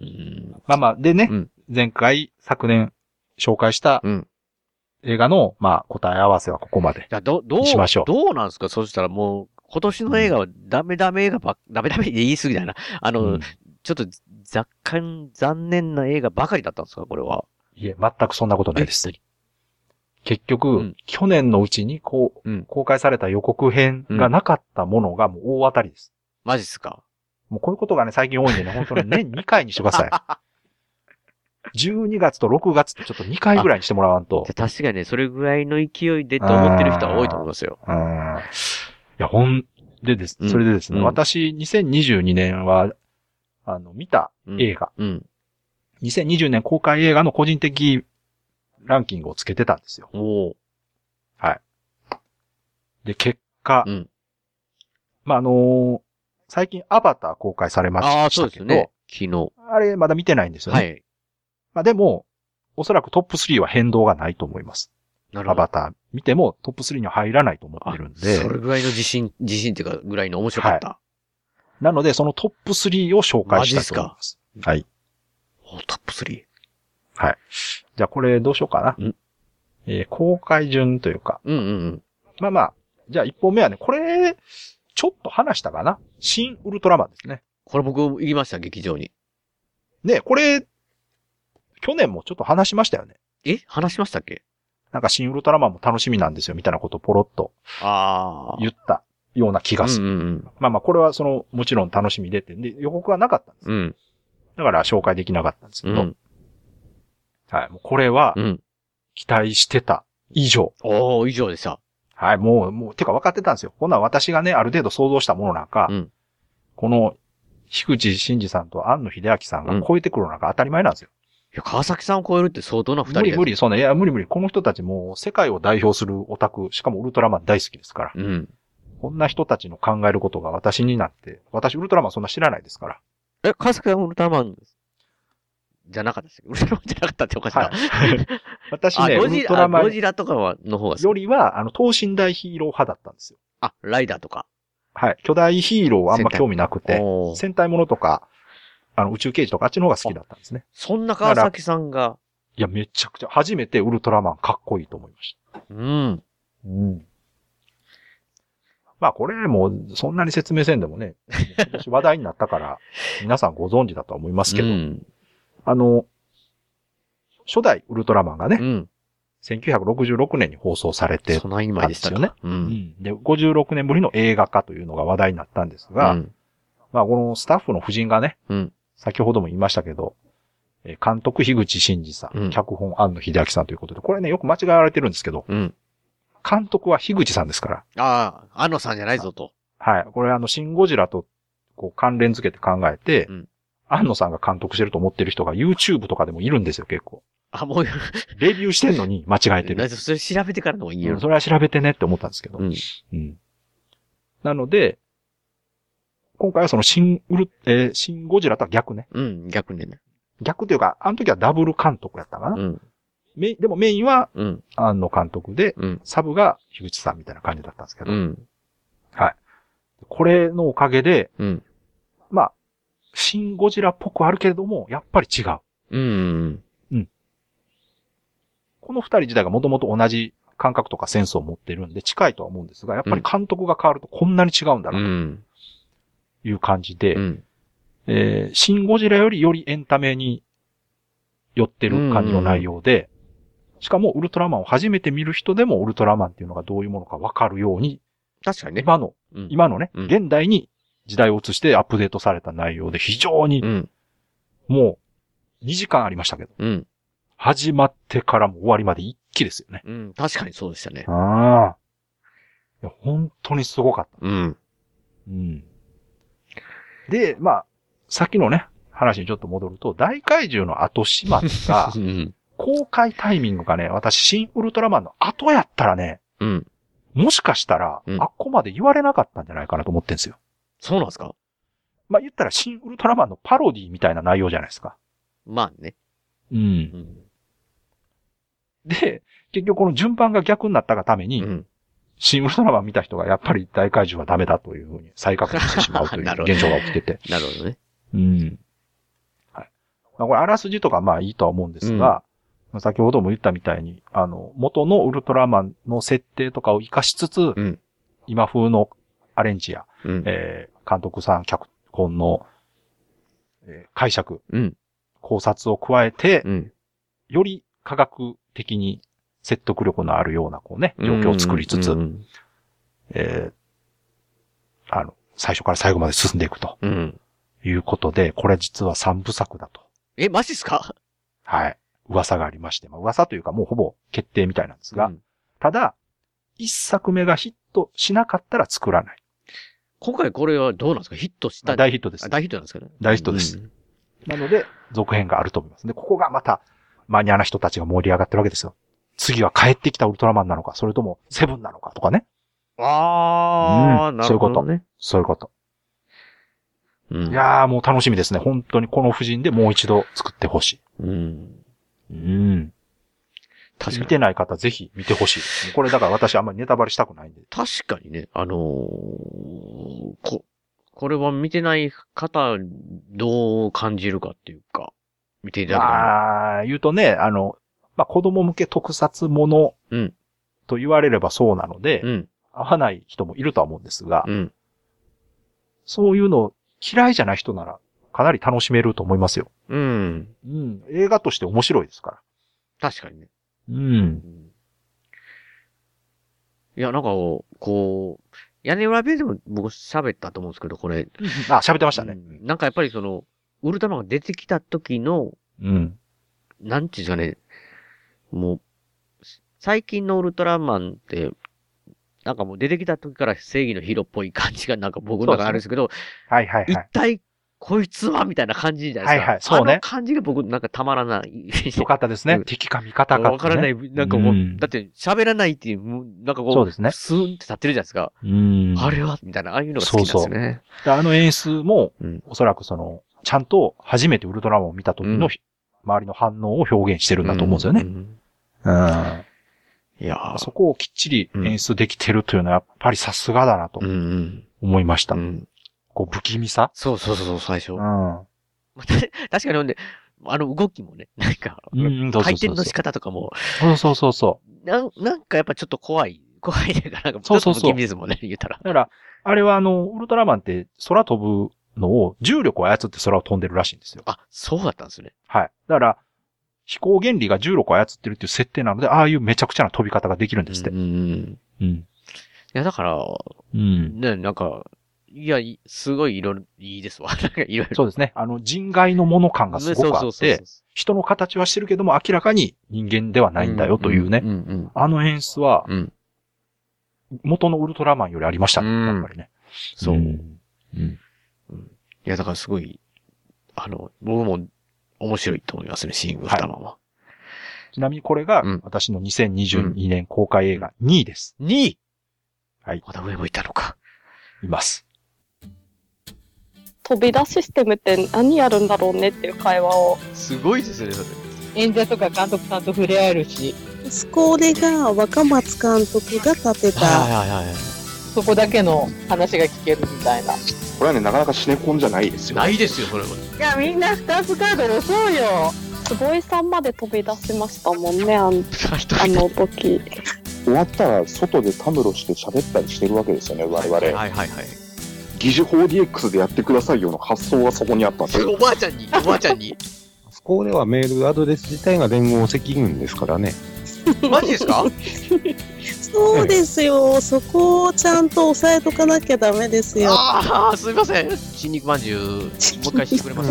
まあまあ、でね、うん、前回、昨年、紹介した、うん映画の、まあ、答え合わせはここまで。 じゃど、どう、しましょう。どうなんですかそしたらもう、今年の映画はダメダメ映画ばっ、ダメダメで言い過ぎだな。あの、うん、ちょっと、若干残念な映画ばかりだったんですかこれは。 いえ、全くそんなことないです。結局、うん、去年のうちにこう、うん、公開された予告編がなかったものがもう大当たりです。 うん、マジっすかもうこういうことがね、最近多いんでね、本当に年にかいにしてください。じゅうにがつとろくがつってちょっとにかいぐらいにしてもらわんと。 確かにね、それぐらいの勢いでと思ってる人は多いと思いますよ。 うん。いや、ほんでです、それでですね、うん、私、にせんにじゅうにねんは、あの、見た映画、うんうん。にせんにじゅうねん公開映画の個人的ランキングをつけてたんですよ。おはい。で、結果、うん、まあ、あのー、最近アバター公開されましたけど、ああ、そうですね。 昨日。 あれ、まだ見てないんですよね。はい。まあでも、おそらくトップスリーは変動がないと思います。なるほど。アバター見てもトップスリーには入らないと思ってるんで。 それぐらいの自信、自信っていうかぐらいの面白かった。はい、 なので、そのトップスリーを紹介したいと思います。マジですか？はい。 お、トップスリー。 はい。じゃあこれどうしようかな。んえー、公開順というか。うんうんうん。まあまあ、じゃあ一本目はね、これ、ちょっと話したかな。新ウルトラマンですね。 これ僕行きました、劇場に。 ね、これ、去年もちょっと話しましたよね。 え話しましたっけ？ なんか新ウルトラマンも楽しみなんですよ、みたいなことをポロッと言ったような気がする。うんうんうん、まあまあ、これはその、もちろん楽しみでって、で、予告はなかったんです。うん、だから紹介できなかったんですけど。うん、はい、もうこれは、期待してた以上。 おー、以上でした。 はい、もう、もう、てか分かってたんですよ。こんなん私がね、ある程度想像したものなんか、うん、この、樋口真嗣さんと庵野秀明さんが超えてくるのなんか当たり前なんですよ。 や、川崎さんを超えるって相当な二人無理無理、そうね。いや、無理無理。この人たちも世界を代表するオタク、しかもウルトラマン大好きですから。 うん。 こんな人たちの考えることが私になって、私ウルトラマンそんな知らないですから。 え、川崎さんウルトラマンじゃなかったですウルトラマンじゃなかったっておかしいな。はい、 私ね、ウルトラマン。 ゴジラとかは、の方がよりは、あの、等身大ヒーロー派だったんですよ。 あ、ライダーとか。 はい。巨大ヒーローはあんま興味なくて、戦隊ものとか、あの、宇宙刑事とかあっちの方が好きだったんですね。 そんな川崎さんが。 いや、めちゃくちゃ、初めてウルトラマンかっこいいと思いました。 うん。 うん。まあこれもそんなに説明せんでもね、今年話題になったから皆さんご存知だとは思いますけど、うん、あの、初代ウルトラマンがね、うん、せんきゅうひゃくろくじゅうろくねんに放送されてたんですよね。うん、で、ごじゅうろくねんぶりの映画化というのが話題になったんですが、うん、まあこのスタッフの夫人がね、うん、先ほども言いましたけど、監督樋口真嗣さん、うん、脚本庵野秀明さんということで、これねよく間違われてるんですけど、うん監督は樋口さんですから。 ああ、安野さんじゃないぞと。 はい。これあの、シン・ゴジラとこう関連付けて考えて、うん、安野さんが監督してると思ってる人が YouTube とかでもいるんですよ、結構。 あ、もう、 レビューしてんのに間違えてる。 それ調べてからの方がいいよ、 うん。それは調べてねって思ったんですけど。うん。うん、なので、今回はそのシン・ウル、えー、シン・ゴジラとは逆ね。 うん、逆ね。 逆というか、あの時はダブル監督やったかな。うん。メでもメインは、うん、庵野監督で、うん、サブが樋口さんみたいな感じだったんですけど。うん、はい。これのおかげで、うん、まあ、シン・ゴジラっぽくあるけれども、やっぱり違う。うん。うん。この二人自体がもともと同じ感覚とかセンスを持ってるんで近いとは思うんですが、やっぱり監督が変わるとこんなに違うんだな、という感じで、うん、えー、シン・ゴジラよりよりエンタメに寄ってる感じの内容で、しかもウルトラマンを初めて見る人でもウルトラマンっていうのがどういうものかわかるように、 確かにね。 今の、うん、今のね、うん、現代に時代を移してアップデートされた内容で非常に、うん、もうにじかんありましたけど、うん、始まってからも終わりまで一気ですよね。 うん、確かにそうでしたね。 ああ。いや本当にすごかった。 うん。 うん。で、まあ、さっきのね、話にちょっと戻ると、大怪獣の後始末が、うん公開タイミングがね、私、新ウルトラマンの後やったらね、うん。もしかしたら、うん、あっこまで言われなかったんじゃないかなと思ってんですよ。 そうなんですか？ まあ、言ったら、新ウルトラマンのパロディみたいな内容じゃないですか。 まあね。 うん。うん、で、結局この順番が逆になったがために、うん、新ウルトラマン見た人がやっぱり大怪獣はダメだというふうに再確認してしまうという現象が起きてて。 なるほどね。 うん。はい。まあ、これ、あらすじとかまあいいとは思うんですが、うん先ほども言ったみたいに、あの、元のウルトラマンの設定とかを活かしつつ、うん、今風のアレンジや、うん、えー、監督さん、脚本の、えー、解釈、うん、考察を加えて、うん、より科学的に説得力のあるような、こうね、状況を作りつつ、うん、えー、あの、最初から最後まで進んでいくと、うん、いうことで、これ実は三部作だと。 え、マジっすか？ はい。噂がありまして、まあ噂というかもうほぼ決定みたいなんですが、うん、ただ、一作目がヒットしなかったら作らない。 今回これはどうなんですか？ヒットした大ヒットです。 大ヒットなんですかね？ 大ヒットです。うん、なので、続編があると思います。で、ここがまた、マニアな人たちが盛り上がってるわけですよ。次は帰ってきたウルトラマンなのか、それともセブンなのかとかね。 あー、うん、なるほどね。 そういうこと。そういうこと。うん、いやーもう楽しみですね。本当にこの布陣でもう一度作ってほしい。うんうん。確かに。見てない方ぜひ見てほしいです。これだから私あんまりネタバレしたくないんで。 確かにね、あのー、こ、これは見てない方どう感じるかっていうか、見ていただけたら。 ああ、言うとね、あの、まあ、子供向け特撮ものと言われればそうなので、うん、合わない人もいるとは思うんですが、うん、そういうの嫌いじゃない人なら、かなり楽しめると思いますよ。うん。うん。映画として面白いですから。 確かにね。 うん。うん、 いや、なんか、こう、屋根裏部でも僕喋ったと思うんですけど、これ。 あ、喋ってましたね、 うん。なんかやっぱりその、ウルトラマンが出てきた時の、うん。なんていうんですかね、もう、最近のウルトラマンって、なんかもう出てきた時から正義のヒーローっぽい感じがなんか僕の中あるんですけど、 はいはいはい。 一体こいつはみたいな感じじゃないですか。 はいはい、そうね。 あの感じが僕なんかたまらない。 よかったですね。うん、敵か味方か、ね。 わからない。なんかもう、うん、だって喋らないっていう、なんかこう、そうですね。スーンって立ってるじゃないですか。うん。あれはみたいな、ああいうのが好きなんですよね。 そうそう。あの演出も、うん、おそらくその、ちゃんと初めてウルトラマンを見た時の、うん、周りの反応を表現してるんだと思うんですよね。うん。うん、いやそこをきっちり演出できてるというのはやっぱりさすがだなと思いました。うんうん、こう不気味さそうそうそう、最初。うん。確かにほんで、あの動きもね、なんか、回転の仕方とかも。 そうそうそうそう。 なん、なんかやっぱちょっと怖い。怖いね。なんか、ちょっと不気味ですもんね、言ったら。 だから、あれはあの、ウルトラマンって空飛ぶのを、重力を操って空を飛んでるらしいんですよ。 あ、そうだったんですね。 はい。だから、飛行原理が重力を操ってるっていう設定なので、ああいうめちゃくちゃな飛び方ができるんですって。うん。うん。いや、だから、うん。ね、なんか、いや、すごいいろいろ、いいですわ。なんかいろいろ。 そうですね。あの、人外のもの感がすごくあって、人の形はしてるけども、明らかに人間ではないんだよというね。うんうんうん、あの演出は、うん、元のウルトラマンよりありましたね、うん、やっぱりね。 そう。うんうん、いや、だからすごい、あの、僕も面白いと思いますね、シン・ウルトラマンは。はい、 ちなみにこれが、私のにせんにじゅうにねん公開映画にいです。 にいはい。 まだ上もいたのか。 います。 扉システムって何やるんだろうねっていう会話を。 すごいですね、それ。演者とか監督さんと触れ合えるし。 スコーレが若松監督が立てた。はいはいはい。 そこだけの話が聞けるみたいな。これはね、なかなかシネコンじゃないですよ。 ないですよ、それは。 いや、みんな二つカード押そうよ。 坪井さんまで飛び出しましたもんね、あの、あの時。 終わったら外でたむろして喋ったりしてるわけですよね、我々。はいはいはい。疑似 フォーディーエックス でやってくださいよの発想がそこにあったんですよ。 おばあちゃんに、おばあちゃんに。 そこではメールアドレス自体が連合赤軍ですからね。 マジですか？ そうですよ、ええ。そこをちゃんと押さえとかなきゃダメですよ。 ああ、すみません。新肉まんじゅう、もう一回してくれます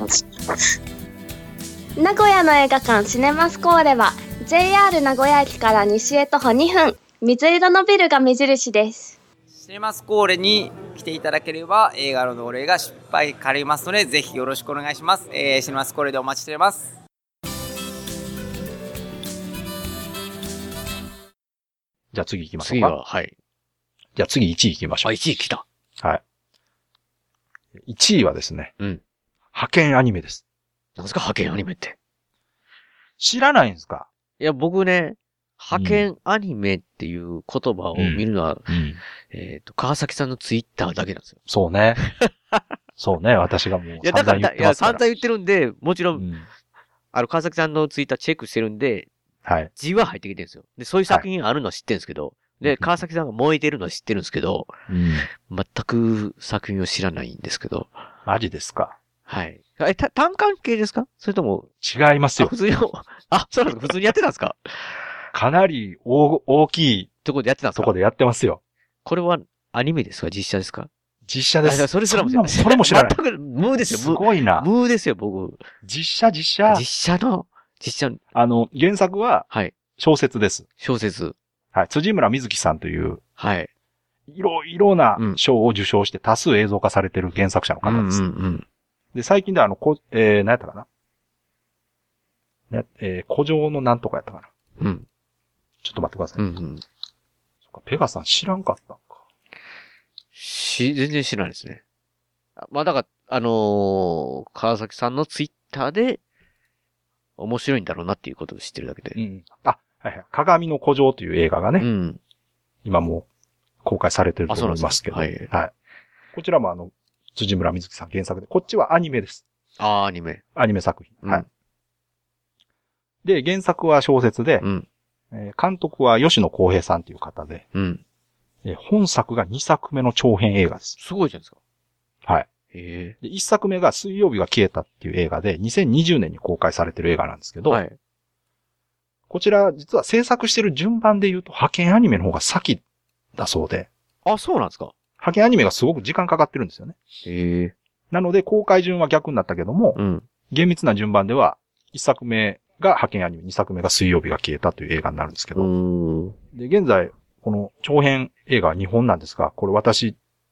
名古屋の映画館シネマスコーレは ジェイアール 名古屋駅から西へ徒歩にふん、水色のビルが目印です。 シネマスコーレに来ていただければ映画のお礼が失敗かりますので、ぜひよろしくお願いします。えー、シネマスコーレでお待ちしております。 じゃあ次行きましょうか。 次は、はい。 じゃあ次いちい行きましょう。 あ、いちい来た。 はい。いちいはですね、うん。派遣アニメです。 なんですか、派遣アニメって。 知らないんですか？ いや、僕ね、派遣アニメっていう言葉を見るのは、うんうん、えっと、川崎さんのツイッターだけなんですよ。 そうね。そうね、私がもう散々言ってますから。いや、だから、いや、 散々言ってるんで、もちろん、うん、あの、川崎さんのツイッターチェックしてるんで、はい。字は入ってきてるんですよ。で、そういう作品あるのは知ってるんですけど、はい、で、川崎さんが燃えてるのは知ってるんですけど、うん、全く作品を知らないんですけど。 マジですか？ はい。え、た、単関係ですか？それとも。 違いますよ。 普通に、あ、そうなんですか？普通にやってたんですか？ かなり大、大きい。 とこでやってたんですか？ とこでやってますよ。 これはアニメですか？実写ですか？ 実写です。 それすらも知らない。 それも知らない。 全く無ですよ。 すごいな。 無ですよ、僕。 実写、実写。 実写の、実写。 あの、原作は、はい。小説です。 小説。 はい。辻村瑞希さんという、 はい。 いろいろな賞を受賞して多数映像化されてる原作者の方です。うんうんうん、で、最近ではあの、こ、えー、何やったかなね、えー、古城のなんとかやったかな。うん。ちょっと待ってください。うんうん。そっか、ペガさん知らんかったんか。 し、全然知らないですね。まあ、だから、あのー、川崎さんのツイッターで、面白いんだろうなっていうことを知ってるだけで。 うん。あ、はいはい。鏡の古城という映画がね。うん。今もう公開されてると思いますけど。はい。はい。こちらもあの、辻村瑞希さん原作で、こっちはアニメです。 ああ、アニメ。 アニメ作品。うん、はい。で、原作は小説で、うん。えー、監督は吉野公平さんという方で、うん。えー、本作がにさくめの長編映画です。 すごいじゃないですか。 はい。へで、いっさくめが水曜日が消えたっていう映画で、にせんにじゅうねんに公開されてる映画なんですけど、はい。こちら、実は制作してる順番で言うと、派遣アニメの方が先だそうで。 あ、そうなんですか？ 派遣アニメがすごく時間かかってるんですよね。へえ。なので、公開順は逆になったけども、うん。厳密な順番では、いっさくめが派遣アニメ、にさくめが水曜日が消えたという映画になるんですけど、うん。で、現在、この長編映画はにほんなんですが、これ私、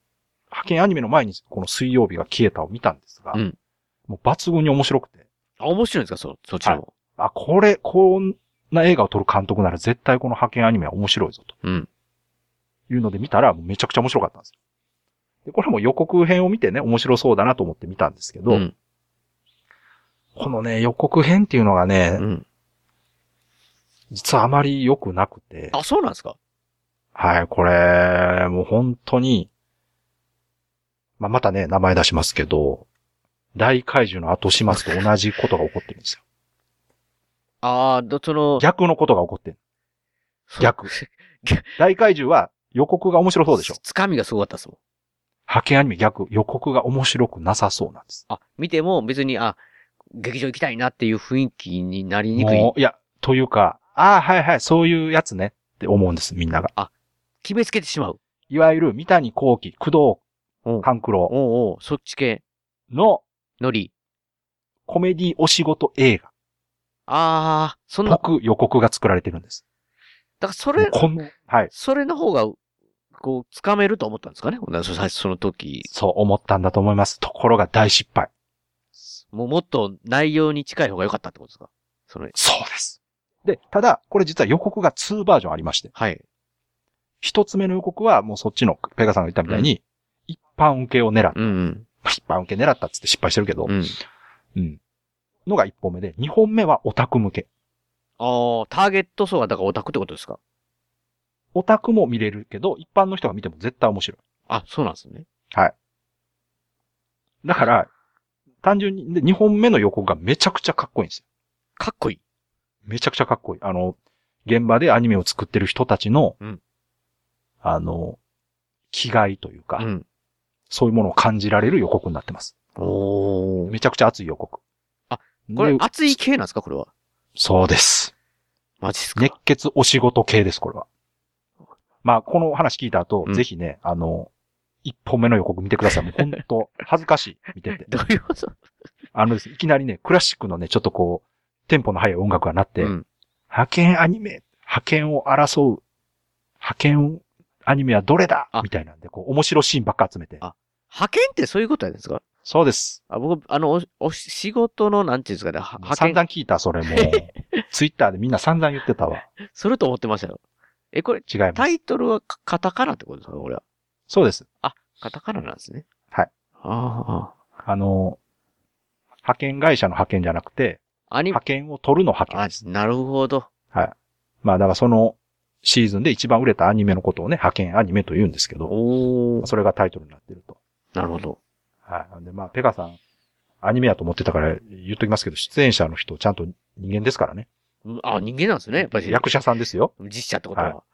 派遣アニメの前にこの水曜日が消えたを見たんですが、うん、もう抜群に面白くて。 あ、面白いんですかそ、そっちらも。 はい、あ、これ、こんな映画を撮る監督なら絶対この派遣アニメは面白いぞと。うん。いうので見たら、もうめちゃくちゃ面白かったんですよ。で、これも予告編を見てね、面白そうだなと思って見たんですけど、うん、このね、予告編っていうのがね、うん、実はあまり良くなくて。 あ、そうなんですか？ はい、これ、もう本当に、まあ、またね、名前出しますけど、大怪獣の後始末と同じことが起こってるんですよ。 ああ、ど、その、 逆のことが起こってる。逆。大怪獣は予告が面白そうでしょ。 つかみがすごかったっすもん。 派遣アニメ逆、予告が面白くなさそうなんです。 あ、見ても別に、あ、劇場行きたいなっていう雰囲気になりにくい。 もう、いや、というか、ああ、はいはい、そういうやつねって思うんです、みんなが。 あ、決めつけてしまう。 いわゆる三谷幸喜、工藤官九郎。 おうおう、そっち系。 の、 ノリ。 コメディお仕事映画。 ああ、そんな。 僕予告が作られてるんです。 だからそれ、 この、はい。 それの方が、こう、つかめると思ったんですかねその時。 そう思ったんだと思います。ところが大失敗。 もうもっと内容に近い方が良かったってことですかそれ。 そうです。で、ただ、これ実は予告がにバージョンありまして。 はい。 一つ目の予告はもうそっちのペガさんが言ったみたいに、うん、一般受けを狙った。 うんうん、 一般受け狙ったっつって失敗してるけど、うん。うん。のが一本目で、二本目はオタク向け。 ああ、ターゲット層はだからオタクってことですか？ オタクも見れるけど、一般の人が見ても絶対面白い。 あ、そうなんですね。 はい。だから、単純に、で、二本目の予告がめちゃくちゃかっこいいんですよ。 かっこいい？ めちゃくちゃかっこいい。あの、現場でアニメを作ってる人たちの、うん、あの、気概というか、うん、そういうものを感じられる予告になってます。 おー。 めちゃくちゃ熱い予告。 あ、これ熱い系なんですかこれは。 そうです。 マジっすか？ 熱血お仕事系です、これは。まあ、この話聞いた後、うん、ぜひね、あの、一本目の予告見てください。もうほんと、恥ずかしい、見てて。 どういうこと？ あのです、いきなりね、クラシックのね、ちょっとこう、テンポの速い音楽が鳴って、うん、派遣アニメ、派遣を争う、派遣アニメはどれだみたいなんで、こう、面白シーンばっか集めて。 あ、派遣ってそういうことなんですか？ そうです。 あ、僕、あの、お、お仕事の、なんていうんですかね、派遣。 散々聞いた、それも。ツイッターでみんな散々言ってたわ。 それと思ってましたよ。え、これ、 違います。 タイトルはカタカナってことですかこれは。 そうです。 あ、カタカナなんですね。 はい。 ああ。 あの、派遣会社の派遣じゃなくて、アニ派遣を取るの派遣です。 なるほど。 はい。まあ、だからそのシーズンで一番売れたアニメのことをね、派遣アニメと言うんですけど、おそれがタイトルになってると。 なるほど。 はい。なんで、まあ、ペガさん、アニメやと思ってたから言っときますけど、出演者の人、ちゃんと人間ですからね。 あ、人間なんですね。やっぱり。 役者さんですよ。 実写ってことは。はい、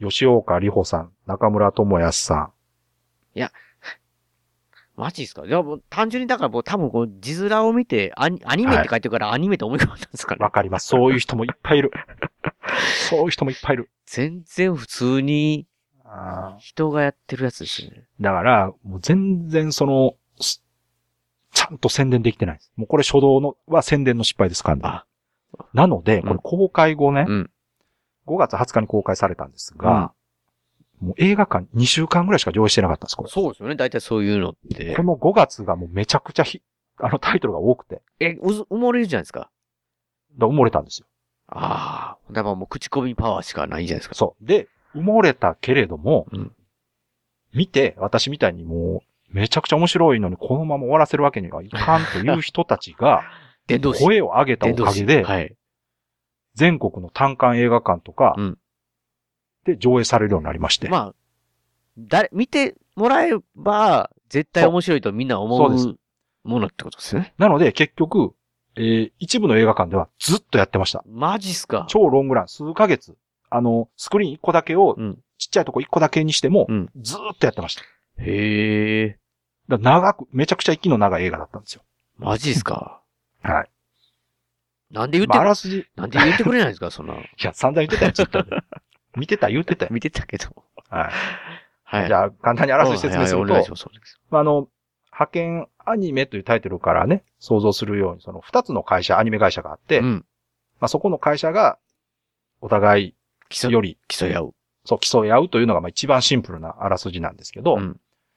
吉岡里帆さん、中村智康さん。 いや、マジですか？いや、もう単純にだからもう多分こう字面を見てアニ、アニメって書いてるからアニメと思い込んだんですかね。 わ、はい、かります。そういう人もいっぱいいる。そういう人もいっぱいいる。 全然普通に人がやってるやつですよね。 だから、もう全然その、ちゃんと宣伝できてないです。もうこれ初動のは宣伝の失敗ですからね。なので、これ公開後ね、うん、ごがつはつかに公開されたんですが、うん、もう映画館にしゅうかんぐらいしか上映してなかったんです、これ。 そうですよね。大体そういうのって。 このごがつがもうめちゃくちゃひ、あのタイトルが多くて。 え、うず、埋もれるじゃないですか。 だ埋もれたんですよ。 ああ。だからもう口コミパワーしかないじゃないですか。 そう。で、埋もれたけれども、うん、見て、私みたいにもう、めちゃくちゃ面白いのにこのまま終わらせるわけにはいかんという人たちが、声を上げたおかげで、はい、全国の単館映画館とか、で上映されるようになりまして。 まあ、誰、見てもらえば、絶対面白いとみんな思うものってことですね。 なので、結局、えー、一部の映画館ではずっとやってました。 マジっすか。 超ロングラン、数ヶ月。あの、スクリーンいっこだけを、うん、ちっちゃいとこいっこだけにしても、うん、ずーっとやってました。 へえ。 だ長く、めちゃくちゃ息の長い映画だったんですよ。 マジっすか。 はい。 なんで言って、まあ、あらすじなんで言ってくれないんですか、そんな。いや、散々言ってたよ、ずっと。見てた、言ってたよ。 見てたけど。 はい。はい。じゃあ、簡単にあらすじ説明すると、はいはい、お願いします。まあ、あの、派遣アニメというタイトルからね、想像するように、その二つの会社、アニメ会社があって、うん、まあ、そこの会社が、お互いより、 競い合う。 そう、競い合うというのが、まあ、一番シンプルなあらすじなんですけど、うん、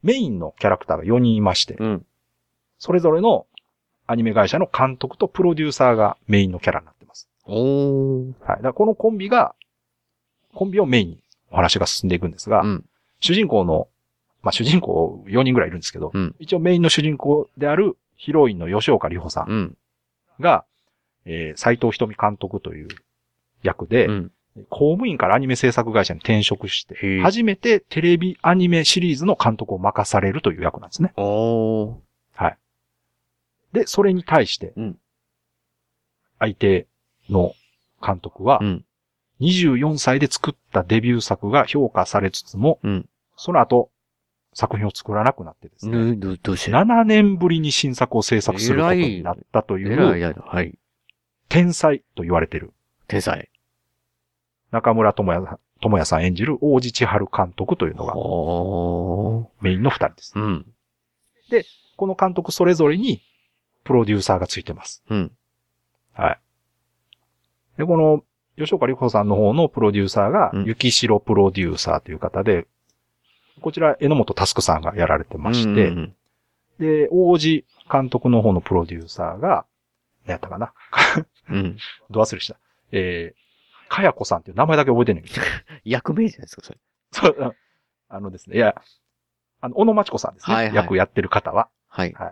メインのキャラクターがよにんいまして、 うん、 それぞれのアニメ会社の監督とプロデューサーがメインのキャラになってます。 おー。 はい。だからこのコンビが、コンビをメインにお話が進んでいくんですが、うん、主人公の、まあ、主人公よにんぐらいいるんですけど、うん、一応メインの主人公であるヒロインの吉岡里帆さんが、うん、えー、斉藤瞳監督という役で、うん、公務員からアニメ制作会社に転職して、初めてテレビアニメシリーズの監督を任されるという役なんですね。 おー。 はい。で、それに対して、相手の監督は、にじゅうよんさいで作ったデビュー作が評価されつつも、うん、その後、作品を作らなくなってですね、 どどうしてななねんぶりに新作を制作することになったという、 はい、 天才と言われている。 天才。 中村智也、智也さん演じる大地千春監督というのが、メインの二人です、 うん。 で、この監督それぞれに、プロデューサーがついてます。 うん。 はい。で、この、吉岡里帆さんの方のプロデューサーが、うん、雪城プロデューサーという方で、こちら、榎本佑さんがやられてまして、うんうんうん、で、大地監督の方のプロデューサーが、何やったかなうん。 ど忘れした。えー、かやこさんっていう名前だけ覚えてんねんけど。 役名じゃないですか、それ。 そう、あのですね、いや、あの、小野真知子さんですね。はいはい、役やってる方は。 はい。 はい。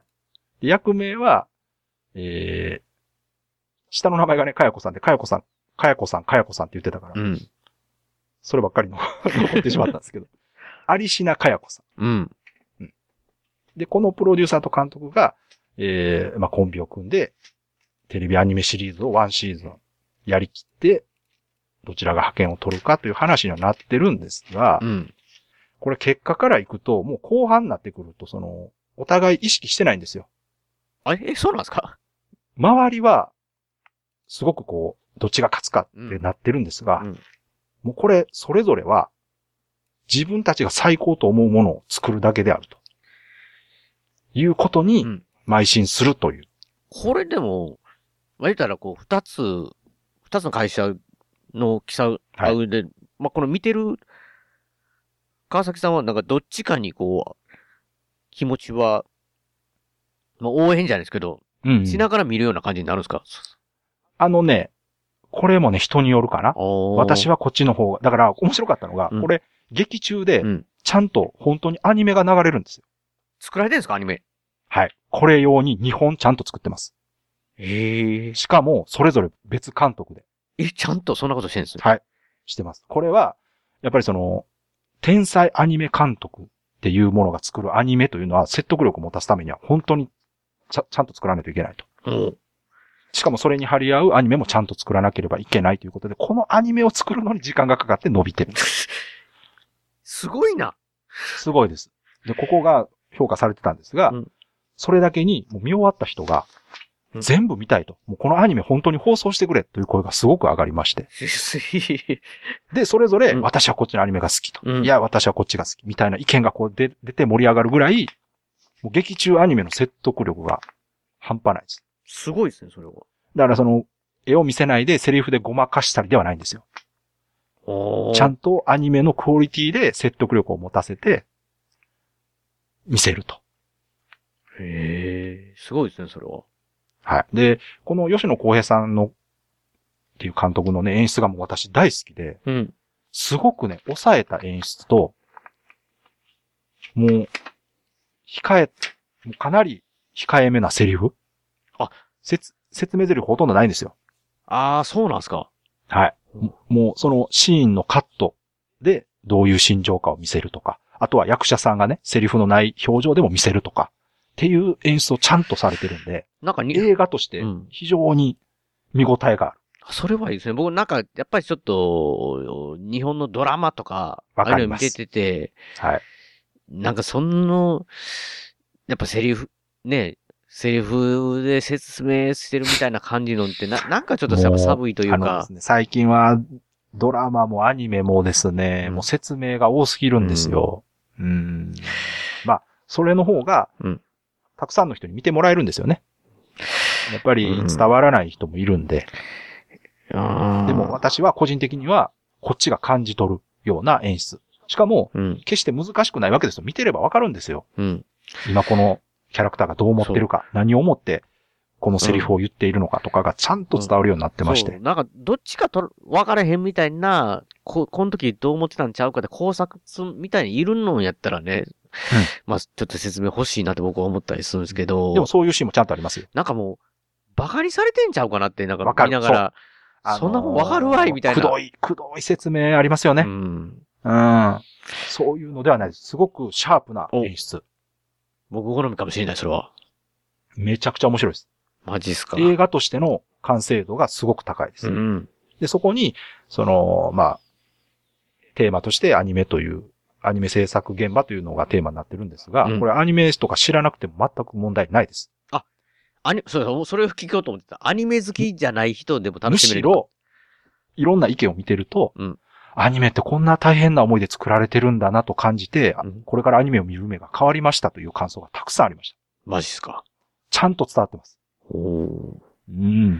役名は、えー、下の名前がね、かやこさんで、かやこさん、かやこさん、かやこさんって言ってたから、 うん、 そればっかりの残ってしまったんですけど、有品かやこさん、うんうん。で、このプロデューサーと監督が、えー、まあ、コンビを組んで、テレビアニメシリーズをワンシーズンやりきって、どちらが派遣を取るかという話にはなってるんですが、 うん、 これ結果からいくと、もう後半になってくると、その、お互い意識してないんですよ。 あれえ、そうなんですか？ 周りは、すごくこう、どっちが勝つかってなってるんですが、 うんうん、 もうこれ、それぞれは、自分たちが最高と思うものを作るだけであると。いうことに、邁進するという。 これでも、まあ、言ったらこう、二つ、二つの会社の競うで、はい、まあ、この見てる、川崎さんはなんかどっちかにこう、気持ちは、まあ、応援じゃないですけど、 うんうん、 しながら見るような感じになるんですか？ あのね、これもね、人によるかな。私はこっちの方が、だから面白かったのが、うん、これ、劇中で、ちゃんと本当にアニメが流れるんですよ。 作られてるんですか、アニメ？ はい。これ用ににほんちゃんと作ってます。 へえ。 しかも、それぞれ別監督で。 え、ちゃんとそんなことしてるんですね。 はい。してます。これは、やっぱりその、天才アニメ監督っていうものが作るアニメというのは説得力を持たすためには本当にち ゃ, ちゃんと作らないといけないと。 うん。 しかもそれに張り合うアニメもちゃんと作らなければいけないということで、このアニメを作るのに時間がかかって伸びてる。 すごいな。 すごいです。で、ここが評価されてたんですが、うん、それだけにもう見終わった人が、全部見たいと、うん。もうこのアニメ本当に放送してくれという声がすごく上がりまして。で、それぞれ、私はこっちのアニメが好きと。うん、いや、私はこっちが好き。みたいな意見がこう出て盛り上がるぐらい、もう劇中アニメの説得力が半端ないです。 すごいですね、それは。 だからその、絵を見せないでセリフでごまかしたりではないんですよ。ちゃんとアニメのクオリティで説得力を持たせて、見せると。 へえ、すごいですね、それは。 はい。で、この吉野公平さんの、っていう監督のね、演出がもう私大好きで、 うん、 すごくね、抑えた演出と、もう、控え、もうかなり控えめなセリフ。 あ、 説、説明セリフほとんどないんですよ。 ああ、そうなんですか。 はい。もう、そのシーンのカットでどういう心情かを見せるとか、あとは役者さんがね、セリフのない表情でも見せるとか、っていう演出をちゃんとされてるんで、 なんか映画として非常に見応えがある。 うん、それはいいですね。僕なんか、やっぱりちょっと、日本のドラマとか、ああいうの見ててて、 はい。 なんかその、やっぱセリフ、ね、セリフで説明してるみたいな感じのってな、なんかちょっとやっぱ寒いというか。あのですね、最近はドラマもアニメもですね、うん、もう説明が多すぎるんですよ。うん。うんまあ、それの方が、 うん、 たくさんの人に見てもらえるんですよね。やっぱり伝わらない人もいるんで。 うん、 でも私は個人的には、こっちが感じ取るような演出。 しかも、うん、決して難しくないわけですよ。見てればわかるんですよ。うん、今このキャラクターがどう思ってるか、何を思って、このセリフを言っているのかとかがちゃんと伝わるようになってまして。うんうん、なんか、どっちかと分からへんみたいな、こ、この時どう思ってたんちゃうかで工作みたいにいるのやったらね、うん、まあ、ちょっと説明欲しいなって僕は思ったりするんですけど。 でもそういうシーンもちゃんとありますよ。 なんかもう、バカにされてんちゃうかなって、なんか見ながら、そ, そんなもん分かるわいみたいな。 くどい、くどい説明ありますよね。うん。うん。そういうのではないです。すごくシャープな演出。 僕好みかもしれない、それは。 めちゃくちゃ面白いです。 マジっすか。 映画としての完成度がすごく高いです。うん、で、そこに、その、まあ、テーマとしてアニメという、アニメ制作現場というのがテーマになってるんですが、うん、これアニメとか知らなくても全く問題ないです。 あ、アニ、そう、それを聞こうと思ってた。アニメ好きじゃない人でも楽しめる。 むしろ、いろんな意見を見てると、うん、アニメってこんな大変な思いで作られてるんだなと感じて、うん、これからアニメを見る目が変わりましたという感想がたくさんありました。 マジっすか。 ちゃんと伝わってます。おー。うん。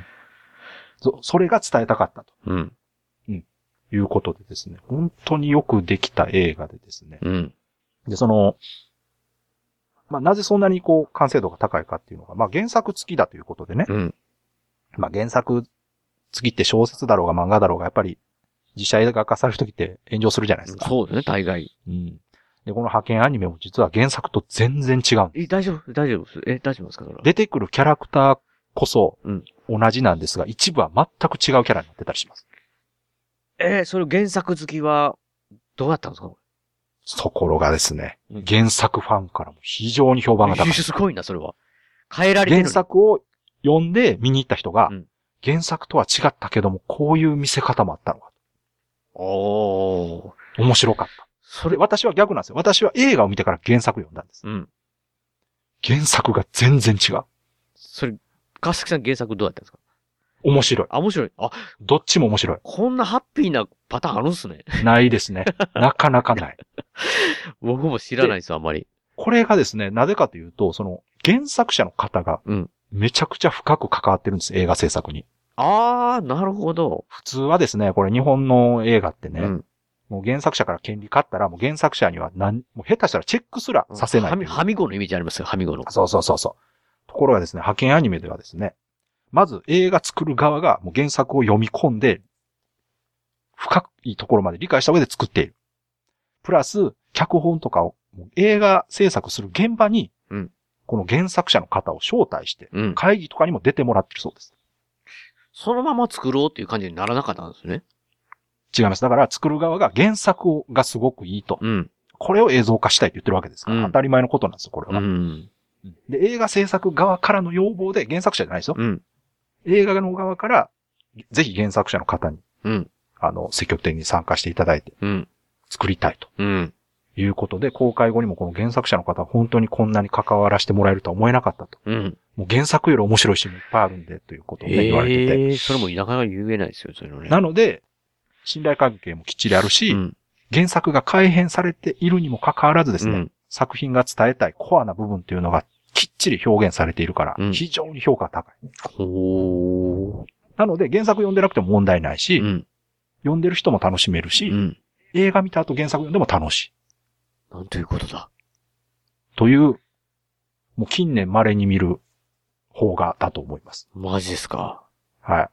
そ、それが伝えたかったと。うん。うん。いうことでですね。本当によくできた映画でですね。うん。で、その、まあ、なぜそんなにこう、完成度が高いかっていうのが、まあ、原作付きだということでね。うん。まあ、原作付きって小説だろうが漫画だろうが、やっぱり、実写映画化されるときって炎上するじゃないですか。 そうですね、大概。 うん。で、この派遣アニメも実は原作と全然違うんです。 え、大丈夫大丈夫です。え、大丈夫ですかそれは。 出てくるキャラクターこそ、同じなんですが、うん、一部は全く違うキャラになってたりします。 えー、それ原作好きは、どうだったんですかところがですね、うん、原作ファンからも非常に評判が高い。 すごいな、それは。変えられてる。 原作を読んで見に行った人が、うん、原作とは違ったけども、こういう見せ方もあったのか。おー。面白かった。それ、私は逆なんですよ。私は映画を見てから原作読んだんです。うん。原作が全然違う。 それ、川崎さん原作どうやったんですか？ 面白い。 あ、面白い。あ、 どっちも面白い。 こんなハッピーなパターンあるんすね。 ないですね。なかなかない。 僕も知らないです、あんまり。 これがですね、なぜかというと、その、原作者の方が、めちゃくちゃ深く関わってるんです、映画制作に。 あー、なるほど。 普通はですね、これ日本の映画ってね、うん、もう原作者から権利買ったら、もう原作者には何、もう下手したらチェックすらさせない。 はみごのイメージありますよ、はみごの。 そうそうそうそう。ところがですね、派遣アニメではですね、まず映画作る側がもう原作を読み込んで、深いところまで理解した上で作っている。プラス、脚本とかを映画制作する現場に、うん、この原作者の方を招待して、うん、会議とかにも出てもらってるそうです。 そのまま作ろうっていう感じにならなかったんですね。 違います。だから作る側が原作がすごくいいと。うん、これを映像化したいって言ってるわけですから、うん、当たり前のことなんですよ、これは。うん、で、映画制作側からの要望で原作者じゃないですよ。うん、映画の側から、ぜひ原作者の方に、うん、あの、積極的に参加していただいて、うん、作りたいと。うん、いうことで、公開後にもこの原作者の方は本当にこんなに関わらせてもらえるとは思えなかったと。うん、もう原作より面白いシーンもいっぱいあるんで、ということを、ね、言われてて。 えー、それもなかなか言えないですよ、そういうのね。 なので、信頼関係もきっちりあるし、うん、原作が改変されているにもかかわらずですね、うん、作品が伝えたいコアな部分っていうのがきっちり表現されているから、うん、非常に評価が高い。ほー。なので原作読んでなくても問題ないし、うん、読んでる人も楽しめるし、うん、映画見た後原作読んでも楽しい。 なんということだ。 という、もう近年稀に見る邦画だと思います。 マジですか。 はい。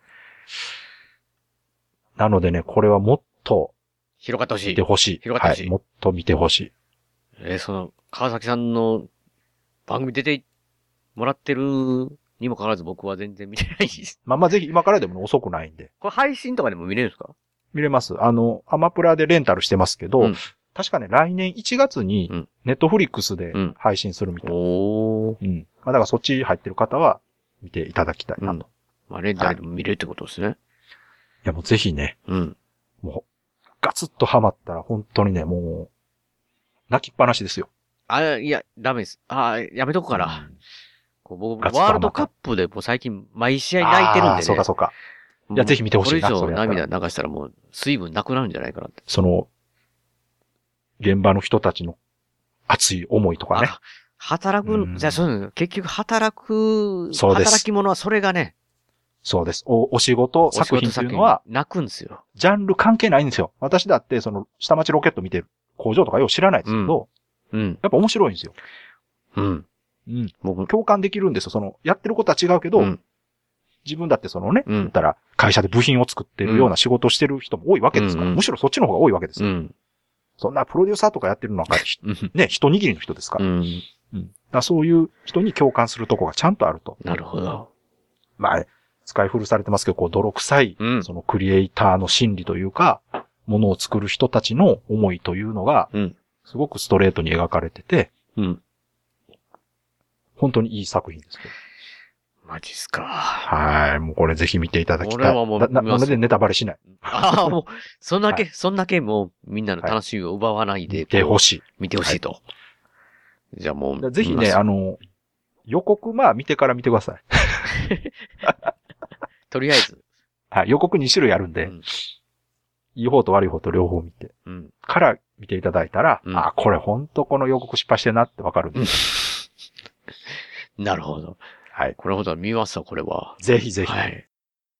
なのでね、これはもっと、 広がってほしい。 見てほしい。 広がってほしい。 はい。もっと見てほしい。 えー、その、川崎さんの番組出てもらってるにもかかわらず僕は全然見てないです。 まあまあぜひ今からでも遅くないんで。 これ配信とかでも見れるんですか？ 見れます。あの、アマプラでレンタルしてますけど、うん、確かね、来年いちがつに、ネットフリックスで配信するみたいな。うん、おー。うん。まあだからそっち入ってる方は見ていただきたいなと。うん、 まあレンタルでも見れるってことですね。はい、 いやもうぜひね、うん。もう、ガツッとハマったら本当にね、もう、泣きっぱなしですよ。 あ、いや、ダメです。あ、やめとくから。うん、こう僕、ワールドカップでもう最近毎試合泣いてるんでね。あ、 そうかそうか。いや、ぜひ見てほしいな。 これ以上涙流したらもう水分なくなるんじゃないかなって。 その、現場の人たちの熱い思いとかね。 働く、うん、じゃあそう、結局働く、そうです。働き者はそれがね。 そうです。お、お仕事作品っていうのは、 泣くんですよ。 ジャンル関係ないんですよ。私だって、その、下町ロケット見てる工場とかよう知らないですけど、うん。やっぱ面白いんですよ。 うん。 うん。僕、共感できるんですよ。その、やってることは違うけど、うん、自分だってそのね、うん、言ったら会社で部品を作ってるような仕事をしてる人も多いわけですから、うん、むしろそっちの方が多いわけですよ。うん、そんなプロデューサーとかやってるのは、ね、一握りの人ですから。うんうん、だそういう人に共感するとこがちゃんとあると。 なるほど。 まあ、使い古されてますけど、こう、泥臭い、うん、そのクリエイターの心理というか、ものを作る人たちの思いというのが、うん、すごくストレートに描かれてて、うん、本当にいい作品ですけど。 マジっすか。 はい。もうこれぜひ見ていただきたい。俺はもう、なのでネタバレしない。 ああ、もう、そんだけ、はい、そんだけもうみんなの楽しみを奪わないで。 見てほしい。 見てほしいと。はい、じゃあもう。 ぜひね、あの、予告まあ見てから見てください。 とりあえず。 はい。予告に種類あるんで、うん、いい方と悪い方と両方見て、うん、から見ていただいたら、うん、あ、これほんとこの予告失敗してんなってわかるんで。 なるほど。はい。これほど見ますわ、これは。 ぜひぜひ。はい。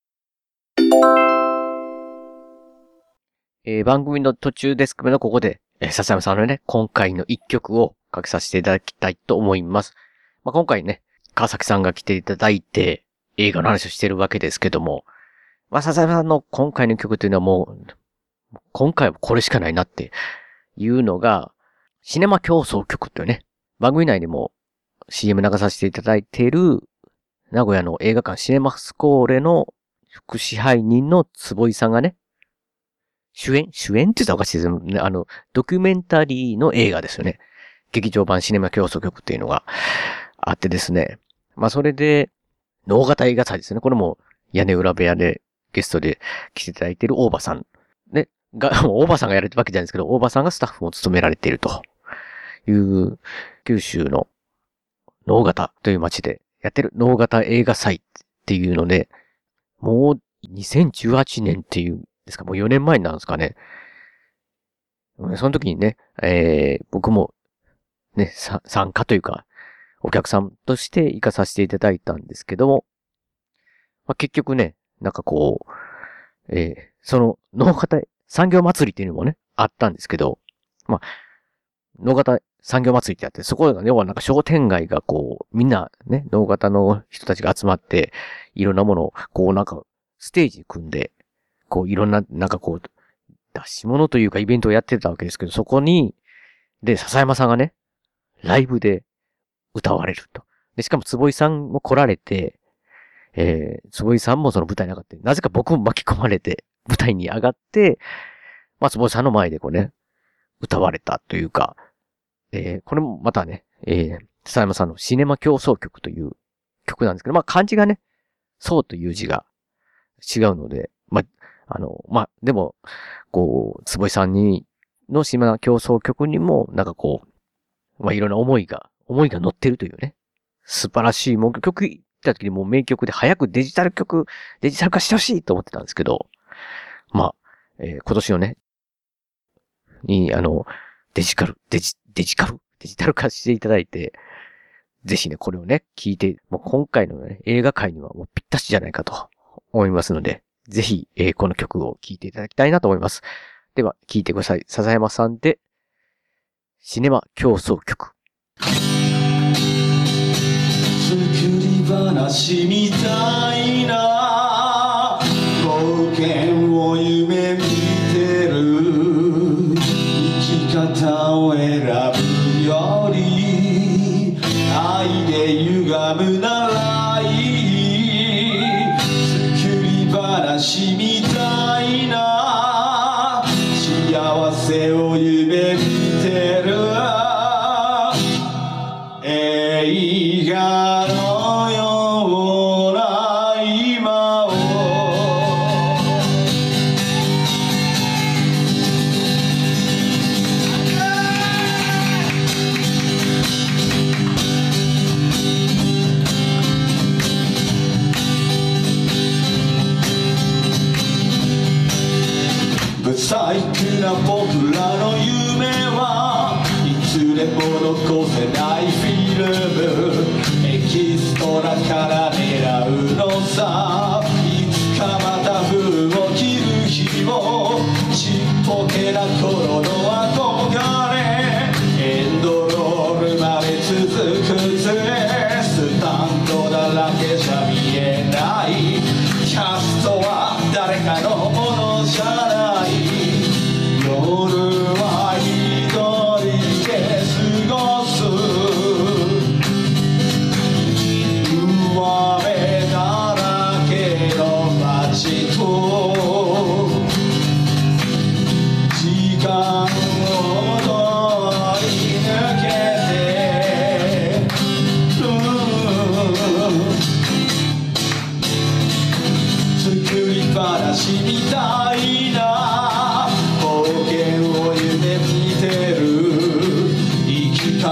えー、番組の途中ですけど、ここで、えー、笹山さんのね、今回の一曲をかけさせていただきたいと思います。まあ、今回ね、川崎さんが来ていただいて、映画の話をしてるわけですけども、まあ、笹山さんの今回の曲というのはもう、今回はこれしかないなっていうのが、シネマ競争曲というね、番組内でも シーエム 流させていただいている、名古屋の映画館シネマスコーレの副支配人の坪井さんがね、主演主演って言ったらおかしいですね。あの、ドキュメンタリーの映画ですよね。劇場版シネマ競争曲っていうのがあってですね。まあそれで、能型映画祭ですね。これも屋根裏部屋でゲストで来ていただいている大場さん。ね。が、もう大場さんがやるわけじゃないんですけど、大場さんがスタッフを務められているという、九州の能型という街でやってる能型映画祭っていうので、もうにせんじゅうはちねんっていうですか、もうよねんまえになるんですかね。その時にね、えー、僕もね、参加というか、お客さんとして行かさせていただいたんですけども、まあ、結局ね、なんかこう、えー、その能型産業祭りっていうのもね、あったんですけど、まあ、能型産業祭りってあって、そこがね、要はなんか商店街がこう、みんなね、能型の人たちが集まって、いろんなものを、こうなんか、ステージ組んで、こういろんな、なんかこう、出し物というかイベントをやってたわけですけど、そこに、で、笹山さんがね、ライブで歌われると。で、しかも坪井さんも来られて、えー、坪井さんもその舞台に上がって、なぜか僕も巻き込まれて、舞台に上がって、まあ、坪井さんの前でこうね、歌われたというか、えー、これもまたね、えー、笹山さんのシネマ競争曲という曲なんですけど、まあ、漢字がね、そうという字が違うので、まあ、あの、まあ、でも、こう、坪井さんに、のシネマ競争曲にも、なんかこう、まあ、いろんな思いが、思いが乗ってるというね、素晴らしい、もう曲言った時にもう名曲で早くデジタル曲、デジタル化してほしいと思ってたんですけど、まあ、えー、今年のね、に、あの、デジカル、デジ、デジカル、デジタル化していただいて、ぜひね、これをね、聞いて、もう今回のね、映画界にはもうぴったしじゃないかと思いますので、ぜひ、えー、この曲を聴いていただきたいなと思います。では、聴いてください。笹山さんで、シネマ競争曲。 作り話みたいな冒険を夢見てる生き方を選ぶより愛で歪むならいい作り話みたいな幸せを夢見てる映画のような今を不細工な僕らの夢はいつでも残せないフィルムエキストラから狙うのさいつかまた封を切る日もちっぽけな頃の憧れ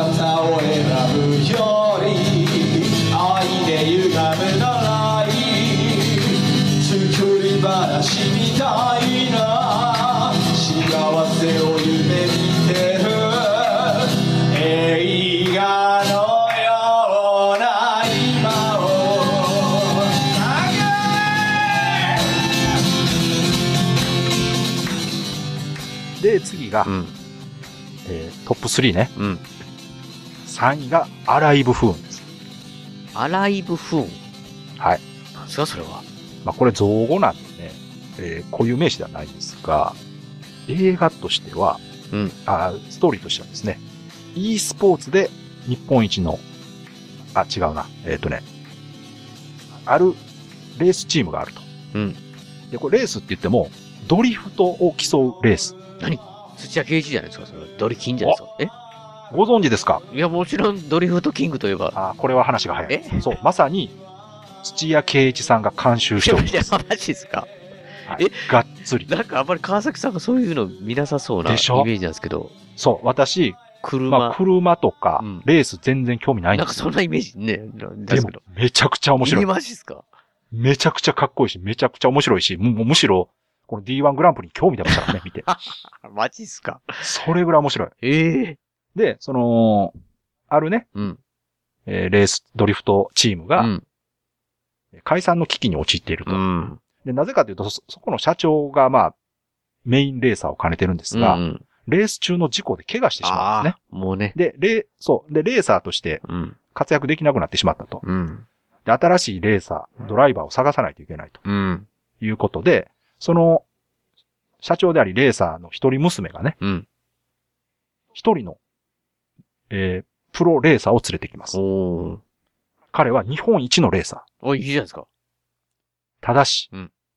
たを選ぶより愛で歪むならいい作り話みたいな幸せを夢見てる映画のような今をで次が、うんえー、トップスリーね、うん、さんいがアライブフーンです。 アライブフーンはい。 何ですかそれは。 まあこれ造語なんでね、えー、固有名詞ではないんですが、映画としては、うん、あストーリーとしてはですね、e スポーツで日本一の、あ、違うな、えっ、ー、とね、あるレースチームがあると。うん。で、これレースって言っても、ドリフトを競うレース。 何土屋圭一じゃないですかそれ。ドリキンじゃないですか。えご存知ですか？ いや、もちろんドリフトキングといえば。 あ、これは話が早い。えそう、まさに、土屋圭一さんが監修しております。 いや、マジですか？ はい、えがっつり。 なんかあんまり川崎さんがそういうの見なさそうなイメージなんですけど。 そう、私、車、まあ、車とか、レース全然興味ないんですよ、 うん、なんかそんなイメージね。 でも、めちゃくちゃ面白い。 え、マジですか？ めちゃくちゃかっこいいし、めちゃくちゃ面白いし、む、むしろ、この ディーワン グランプリに興味出ましたからね、見て。 マジっすか？ それぐらい面白い。 ええー。で、その、あるね、うん、えー、レース、ドリフトチームが、うん、解散の危機に陥っていると。うん、で、なぜかというとそ、そこの社長が、まあ、メインレーサーを兼ねてるんですが、うん、レース中の事故で怪我してしまうんですね。 もうね。 で、レー、そう。で、レーサーとして活躍できなくなってしまったと。うん、で、新しいレーサー、ドライバーを探さないといけないと。うん、いうことで、その、社長でありレーサーの一人娘がね、一、うん、人の、えー、プロレーサーを連れてきます。お彼は日本一のレーサー。 おいいじゃないですか。 ただし、うん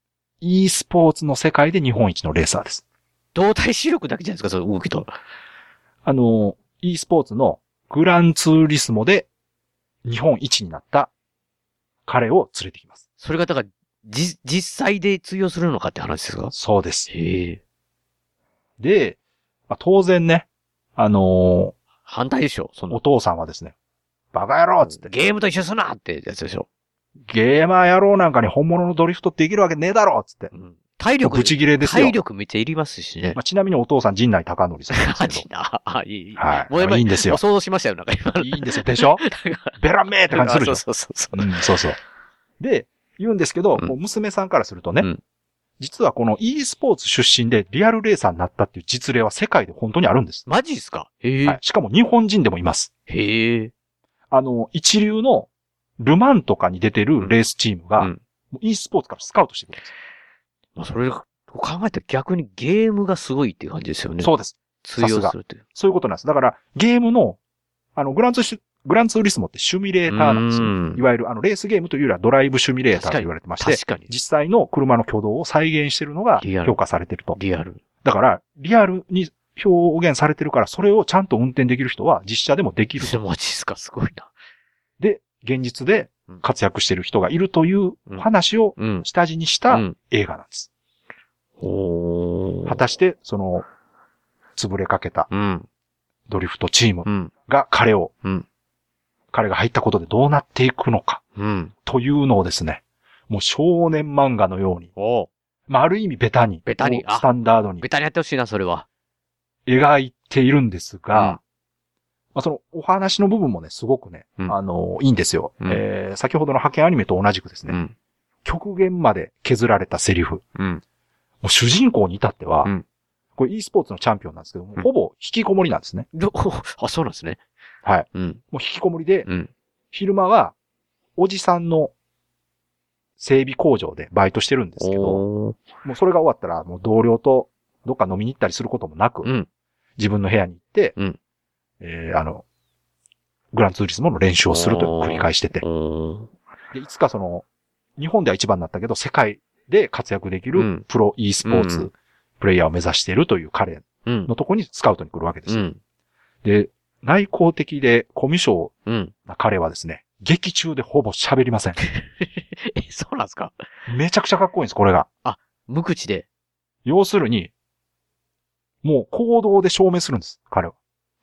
、e スポーツの世界で日本一のレーサーです。 動体視力だけじゃないですか、その動きと。 あの、e スポーツのグランツーリスモで日本一になった彼を連れてきます。 それがだから、じ、実際で通用するのかって話ですか？ そうです。 へえ。 で、まあ、当然ね、あのー、 反対でしょ、その。 お父さんはですね、バカ野郎っつって。 ゲームと一緒すなってやつでしょ。 ゲーマー野郎なんかに本物のドリフトってできるわけねえだろっつって。うん、 体力、 ブチギレですよ。 体力めっちゃいりますしね。 まあ、ちなみにお父さん、陣内孝則さんですけど。 あ、いい。 はい。もういいんですよ。 想像しましたよ、なんか今。 いいんですよ。でしょベラメーって感じするでしょ。 そうそうそう。 うん、そうそう。で、言うんですけど、うん、もう娘さんからするとね、うん、実はこの e スポーツ出身でリアルレーサーになったっていう実例は世界で本当にあるんです。 マジですか？へえ、はい。 しかも日本人でもいます。 へえ。 あの、一流のルマンとかに出てるレースチームが、うん、e スポーツからスカウトしてくるんです。 まあ、それ考えたら逆にゲームがすごいっていう感じですよね。 そうです。 通用するっていう。 そういうことなんです。だからゲームの、あの、グランツーグランツーリスモってシミュレーターなんですよ。いわゆるあのレースゲームというよりはドライブシミュレーターと言われてまして、 確かに実際の車の挙動を再現しているのが評価されていると。 リアル。 だから、リアルに表現されてるから、それをちゃんと運転できる人は実車でもできると。 マジっすか、すごいな。 で、現実で活躍している人がいるという話を下地にした映画なんです。 うんうん、 果たして、その、潰れかけたドリフトチームが彼を、うんうん彼が入ったことでどうなっていくのか、うん、というのをですね、もう少年漫画のように、 おまあ、ある意味ベタに、 ベタに、 スタンダードに、 ベタにやってほしいな、それは。 描いているんですが、うんまあ、そのお話の部分もね、すごくね、うん、あの、いいんですよ。うんえー、先ほどの派遣アニメと同じくですね、うん、極限まで削られたセリフ、うん、もう主人公に至っては、うん、これ e スポーツのチャンピオンなんですけども、うん、ほぼ引きこもりなんですね。 あ、そうなんですね。 はい。うん、もう引きこもりで、うん、昼間は、おじさんの整備工場でバイトしてるんですけど、もうそれが終わったら、もう同僚とどっか飲みに行ったりすることもなく、うん、自分の部屋に行って、うんえー、あの、グランツーリスモの練習をするという繰り返してて、で、いつかその、日本では一番になったけど、世界で活躍できるプロ e スポーツプレイヤーを目指しているという彼のとこにスカウトに来るわけですよ。うん、で、内向的でコミュ障な彼はですね、うん、劇中でほぼ喋りません。 え、そうなんですか？ めちゃくちゃかっこいいんです、これが。 あ、無口で。 要するに、もう行動で証明するんです、彼は。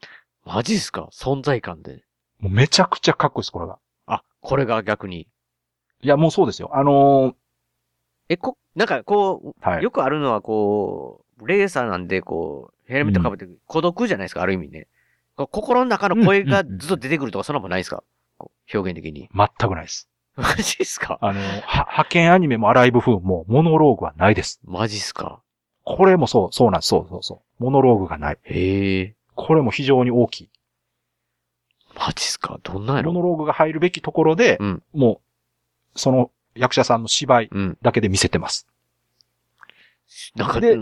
マジっすか？存在感で。 もうめちゃくちゃかっこいいです、これが。 あ、これが逆に。 いや、もうそうですよ。あのー、 え、こ、なんかこう、はい、よくあるのはこう、レーサーなんでこう、ヘルメットかぶって孤独じゃないですか、うん、ある意味ね。心の中の声がずっと出てくるとか、そんなもんないですか？表現的に。 全くないです。 マジっすか？ あの、は、派遣アニメもアライブ風もモノローグはないです。 マジっすか？ これもそう、そうなんです。そうそうそう。モノローグがない。 へえ。 これも非常に大きい。 マジっすか？どんなやろ？ モノローグが入るべきところで、うん、もう、その役者さんの芝居だけで見せてます。 うん、なんかで、 うんうん、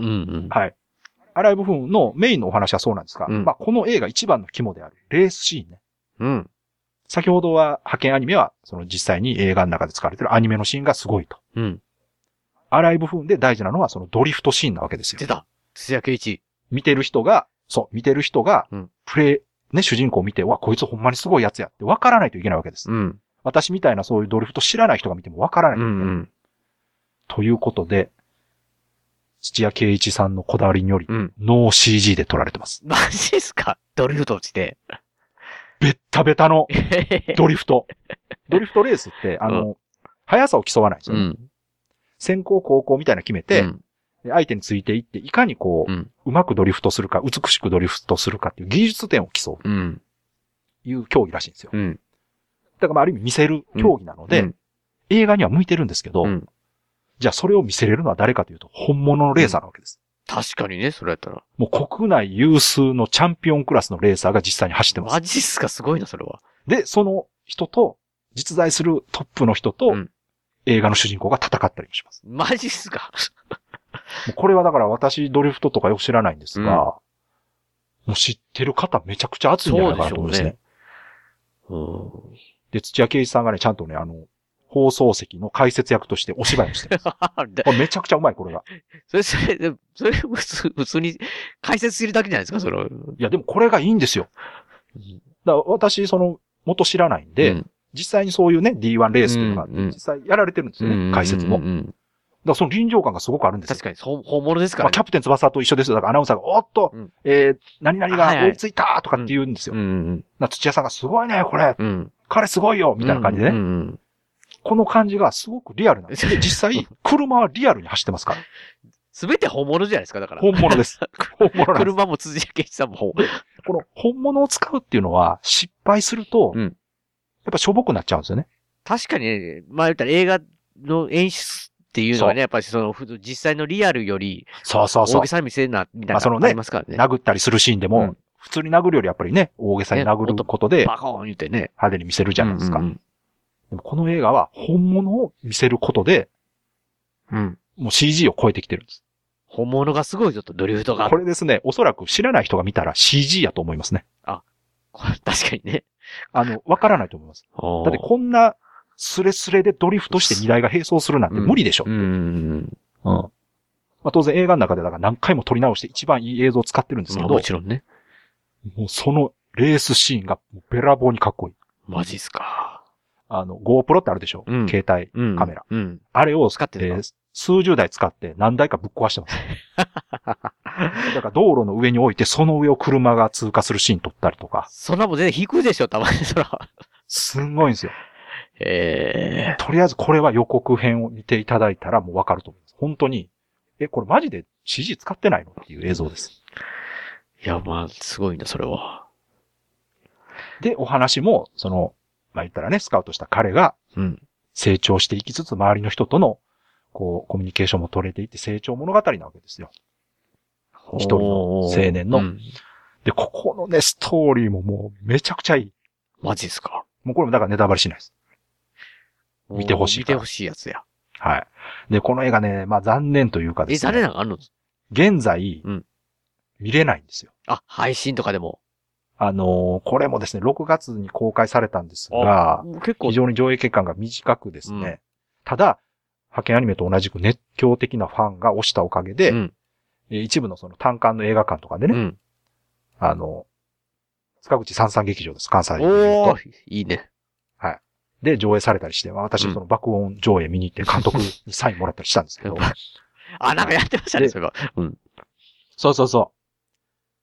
はい。アライブ風のメインのお話はそうなんですが、うん、まあこの映画一番の肝であるレースシーンね。 うん。 先ほどは派遣アニメは、その実際に映画の中で使われているアニメのシーンがすごいと。 うん。 アライブ風で大事なのはそのドリフトシーンなわけですよ。 出た。土屋圭一。 見てる人が、そう、見てる人が、プレイ、ね、主人公を見て、わ、こいつほんまにすごいやつやって分からないといけないわけです。 うん。 私みたいなそういうドリフト知らない人が見ても分からないといけない。うんうん、ということで、土屋圭一さんのこだわりにより、うん、ノー シージー で撮られてます。 マジっすか？ドリフト落ちて。 ベッタベタのドリフト。ドリフトレースって、あの、うん、速さを競わないんですよね。うん、先行後攻みたいなの決めて、うん、相手についていって、いかにこう、うん、うまくドリフトするか、美しくドリフトするかっていう技術点を競う。 うん、 いう競技らしいんですよ。 うん、 だからまあある意味見せる競技なので、うん、映画には向いてるんですけど、うん、じゃあそれを見せれるのは誰かというと、本物のレーサーなわけです。 うん、確かにね、それやったら。 もう国内有数のチャンピオンクラスのレーサーが実際に走ってます。 マジっすか？すごいな、それは。 で、その人と、実在するトップの人と、うん、映画の主人公が戦ったりもします。 マジっすか？ もうこれはだから私ドリフトとかよく知らないんですが、うん、もう知ってる方めちゃくちゃ熱いんじゃないかなと思うんですね。 そうでしょうね。 で、土屋圭一さんがね、ちゃんとね、あの、放送席の解説役としてお芝居をしてる。これめちゃくちゃうまい、これが。 それ、それ、それ普通、普通に解説するだけじゃないですか、それ。いや、でもこれがいいんですよ。だから私、その、元知らないんで、うん、実際にそういうね、ディーワン レースというのがあって、うんうん、実際やられてるんですよね、うんうん、解説も。うんうん、だからその臨場感がすごくあるんですよ。 確かに、本物ですから、ね。 まあ、キャプテン翼と一緒ですよ。だからアナウンサーが、おっと、うん、えー、何々が追いついたとかって言うんですよ。 うんうん、 土屋さんがすごいね、これ。 うん、 彼すごいよみたいな感じでね。 うんうんうん、 この感じがすごくリアルなんです。で、実際、車はリアルに走ってますから。 すべて本物じゃないですか、だから。 本物です。本物です。 車も辻屋圭一さんも本物。 この本物を使うっていうのは、失敗すると、うん、やっぱしょぼくなっちゃうんですよね。 確かにね、まあ言ったら映画の演出っていうのはね、やっぱりその、実際のリアルより、 そうそうそう。 大げさに見せるな、みたいなのがありますからね。 まあ、そのね、殴ったりするシーンでも、うん、普通に殴るよりやっぱりね、大げさに殴ることで、 バコーン言ってね、 派手に見せるじゃないですか。うんうんうん、でもこの映画は本物を見せることで、 うん。 もう シージー を超えてきてるんです。 本物がすごいぞと、ドリフトが。 これですね、おそらく知らない人が見たら シージー やと思いますね。 あ、これ確かにね。 あの、わからないと思います。だってこんなスレスレでドリフトして荷台が並走するなんて無理でしょ。 うん。うん。うん。 まあ、当然映画の中でだから何回も撮り直して一番いい映像を使ってるんですけど。 もちろんね。 もうそのレースシーンがべらぼうにかっこいい。 マジっすか。 あの、GoPro ってあるでしょ、うん、携帯カメラ、 うんうん。 あれを使って、えー、数十台使って何台かぶっ壊してます。だから道路の上に置いてその上を車が通過するシーン撮ったりとか。 そんなもん全然引くでしょ、たまにそら。 すんごいんですよ。 えー、とりあえずこれは予告編を見ていただいたらもうわかると思います。本当に、え、これマジで シージー 使ってないのっていう映像です。 いや、まあ、すごいんだ、それは。 で、お話も、その、まあ、言ったらね、スカウトした彼が、成長していきつつ、周りの人との、こう、コミュニケーションも取れていって、成長物語なわけですよ。一人の青年の、うん。で、ここのね、ストーリーももう、めちゃくちゃいい。 マジですか？ もうこれもだからネタバレしないです。見てほしい。 見てほしいやつや。 はい。で、この映画ね、まあ残念というかですね。 え、残念なのあるの？ 現在、うん、見れないんですよ。 あ、配信とかでも。 あのー、これもですね、ろくがつに公開されたんですが、 結構非常に上映期間が短くですね、うん、ただ、派遣アニメと同じく熱狂的なファンが推したおかげで、うん、一部のその単館の映画館とかでね、うん、あの、塚口三三劇場です、関西で。 おー、いいね。 はい。で、上映されたりして、私、その爆音上映見に行って監督にサインもらったりしたんですけど。 あ、なんかやってましたね、それは。うん。 そうそうそう。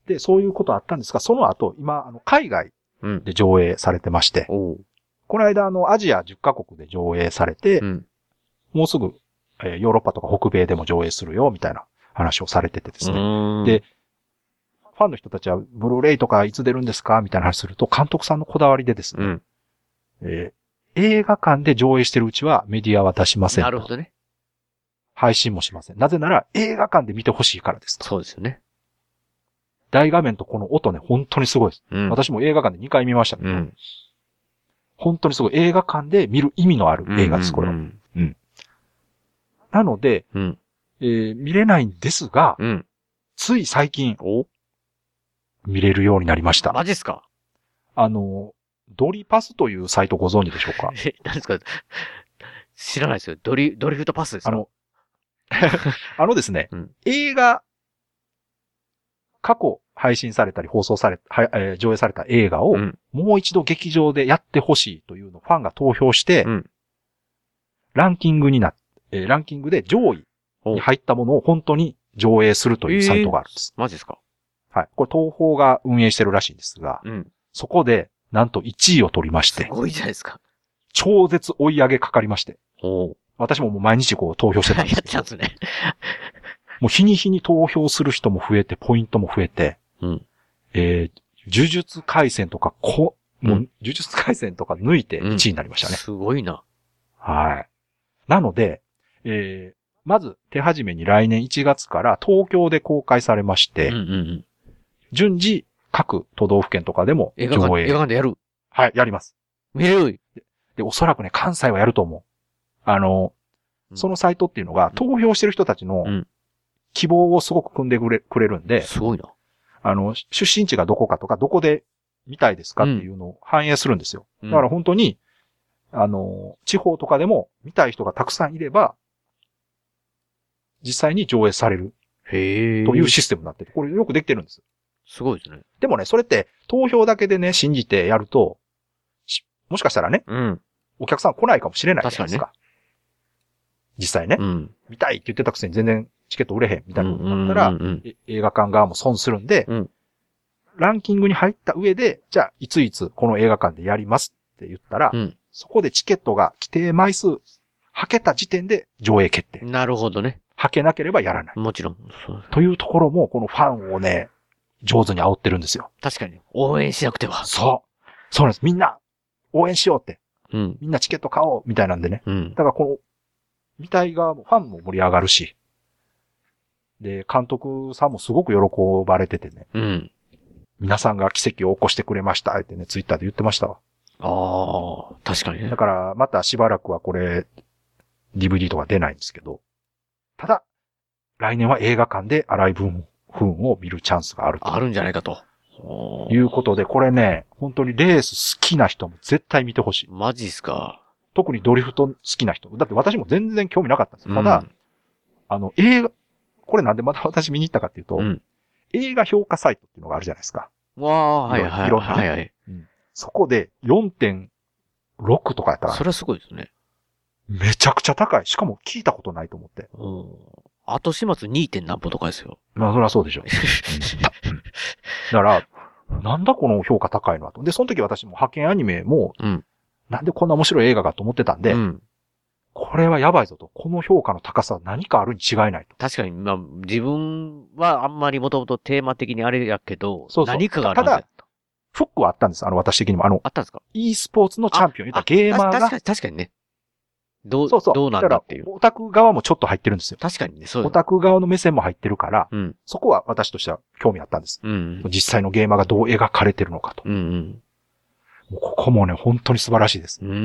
で、そういうことあったんですが、その後、今、あの、海外で上映されてまして、うん、この間、あの、アジアじゅっカ国で上映されて、うん、もうすぐ、えー、ヨーロッパとか北米でも上映するよ、みたいな話をされててですね。で、ファンの人たちは、ブルーレイとかいつ出るんですかみたいな話すると、監督さんのこだわりでですね、うんえー、映画館で上映してるうちはメディアは出しません。 なるほどね。 配信もしません。なぜなら映画館で見てほしいからですと。 そうですよね。 大画面とこの音ね、本当にすごいです。うん、私も映画館でにかい見ましたけど、うん、本当にすごい映画館で見る意味のある映画です、これは。うんうんうん、なので、うんえー、見れないんですが、うん、つい最近、見れるようになりました。 マジっすか？ あの、ドリパスというサイトご存知でしょうか？ え、何ですか？知らないですよ。ドリ、ドリフトパスですか？ あの、あのですね、うん、映画、過去配信されたり放送され、はえー、上映された映画を、うん、もう一度劇場でやってほしいというのをファンが投票して、うん、ランキングになっ、えー、ランキングで上位に入ったものを本当に上映するというサイトがあるんです。 えー、マジですか？ はい。これ東宝が運営してるらしいんですが、うん、そこでなんといちいを取りまして、 すごいじゃないですか。 超絶追い上げかかりまして、お私ももう毎日こう投票してたんですけど。 やってたんですね。 もう日に日に投票する人も増えて、ポイントも増えて、うん、えー、呪術廻戦とかこ、もう、呪術廻戦とか抜いていちいになりましたね。うん、 すごいな。 はい。なので、えー、まず手始めに来年いちがつから東京で公開されまして、うんうんうん、順次各都道府県とかでも上映。映画館、 映画館でやる？ はい、やります。 見れる？ で、でおそらくね、関西はやると思う。あの、うん、そのサイトっていうのが投票してる人たちの、うん希望をすごく組んでくれ、くれるんで。 すごいな。 あの、出身地がどこかとか、どこで見たいですかっていうのを反映するんですよ。うん、だから本当に、あの、地方とかでも見たい人がたくさんいれば、実際に上映される。 へー。 というシステムになってて、これよくできてるんです。 すごいですね。 でもね、それって投票だけでね、信じてやると、もしかしたらね、うん、お客さん来ないかもしれないじゃないですか。確かにね。実際ね、うん、見たいって言ってたくせに全然チケット売れへんみたいなことになったら、うんうんうん、映画館側も損するんで、うん、ランキングに入った上で、じゃあいついつこの映画館でやりますって言ったら、うん、そこでチケットが規定枚数はけた時点で上映決定。 なるほどね。 はけなければやらない。 もちろん。 というところも、このファンをね、上手に煽ってるんですよ。 確かに。応援しなくては。 そう。そうなんです。みんな、応援しようって。うん。みんなチケット買おうみたいなんでね。うん。だからこの、見たい側もファンも盛り上がるし。で、監督さんもすごく喜ばれててね。うん。皆さんが奇跡を起こしてくれましたってね、ツイッターで言ってましたわ。 ああ、確かにね。 だから、またしばらくはこれ、ディーブイディー とか出ないんですけど。ただ、来年は映画館で荒井分を見るチャンスがあると。 あるんじゃないかと。 いうことで、これね、本当にレース好きな人も絶対見てほしい。 マジっすか。 特にドリフト好きな人。だって私も全然興味なかったんですよ。ただ、うん、あの、映画、これなんでまた私見に行ったかっていうと、うん、映画評価サイトっていうのがあるじゃないですか。 わあ、はいはい。 いろんな、ね。はいはい。うん、そこで よんてんろく とかやったら。 それはすごいですね。 めちゃくちゃ高い。しかも聞いたことないと思って。 うん。後始末 に. 点何歩とかですよ。 まあ、それはそうでしょう。うん、だから、なんだこの評価高いのはと。で、その時私も派遣アニメも、うん、なんでこんな面白い映画かと思ってたんで、うん、これはやばいぞと。この評価の高さは何かあるに違いないと。 確かに、まあ、自分はあんまりもともとテーマ的にあれやけど、そうそう何かがあるんだ。 ただ、フックはあったんです。あの、私的にも。あの、 あったんですか？ e スポーツのチャンピオン、言ったゲーマーが。 確かに、確かにね。どう、 そうそうどうなんだっていう。 オタク側もちょっと入ってるんですよ。 確かにね、そうオタク側の目線も入ってるから、うん、そこは私としては興味あったんです。うん、実際のゲーマーがどう描かれてるのかと。うんうん、もうここもね、本当に素晴らしいです。うん、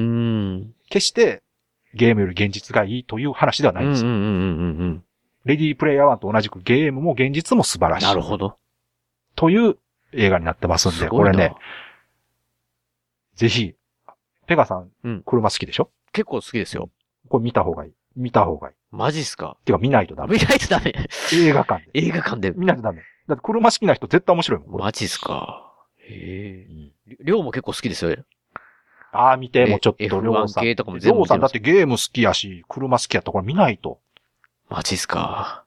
決して、ゲームより現実がいいという話ではないんですよ。レディープレイヤーワンと同じくゲームも現実も素晴らしい。 なるほど。 という映画になってますんで、これね、ぜひ、ペガさん、うん、車好きでしょ？ 結構好きですよ。 これ見た方がいい。見た方がいい。 マジっすか？ てか見ないとダメ。 見ないとダメ。 映画館で。 映画館で。 見ないとダメ。だって車好きな人絶対面白いもん。 マジっすか？へえ。りょうも結構好きですよ。 ああ、見て、もうちょっと、りょうさん。 エフワン 系とかも全部見てます。 りょうさんだってゲーム好きやし、車好きやったらこれ見ないと。 マジっすか？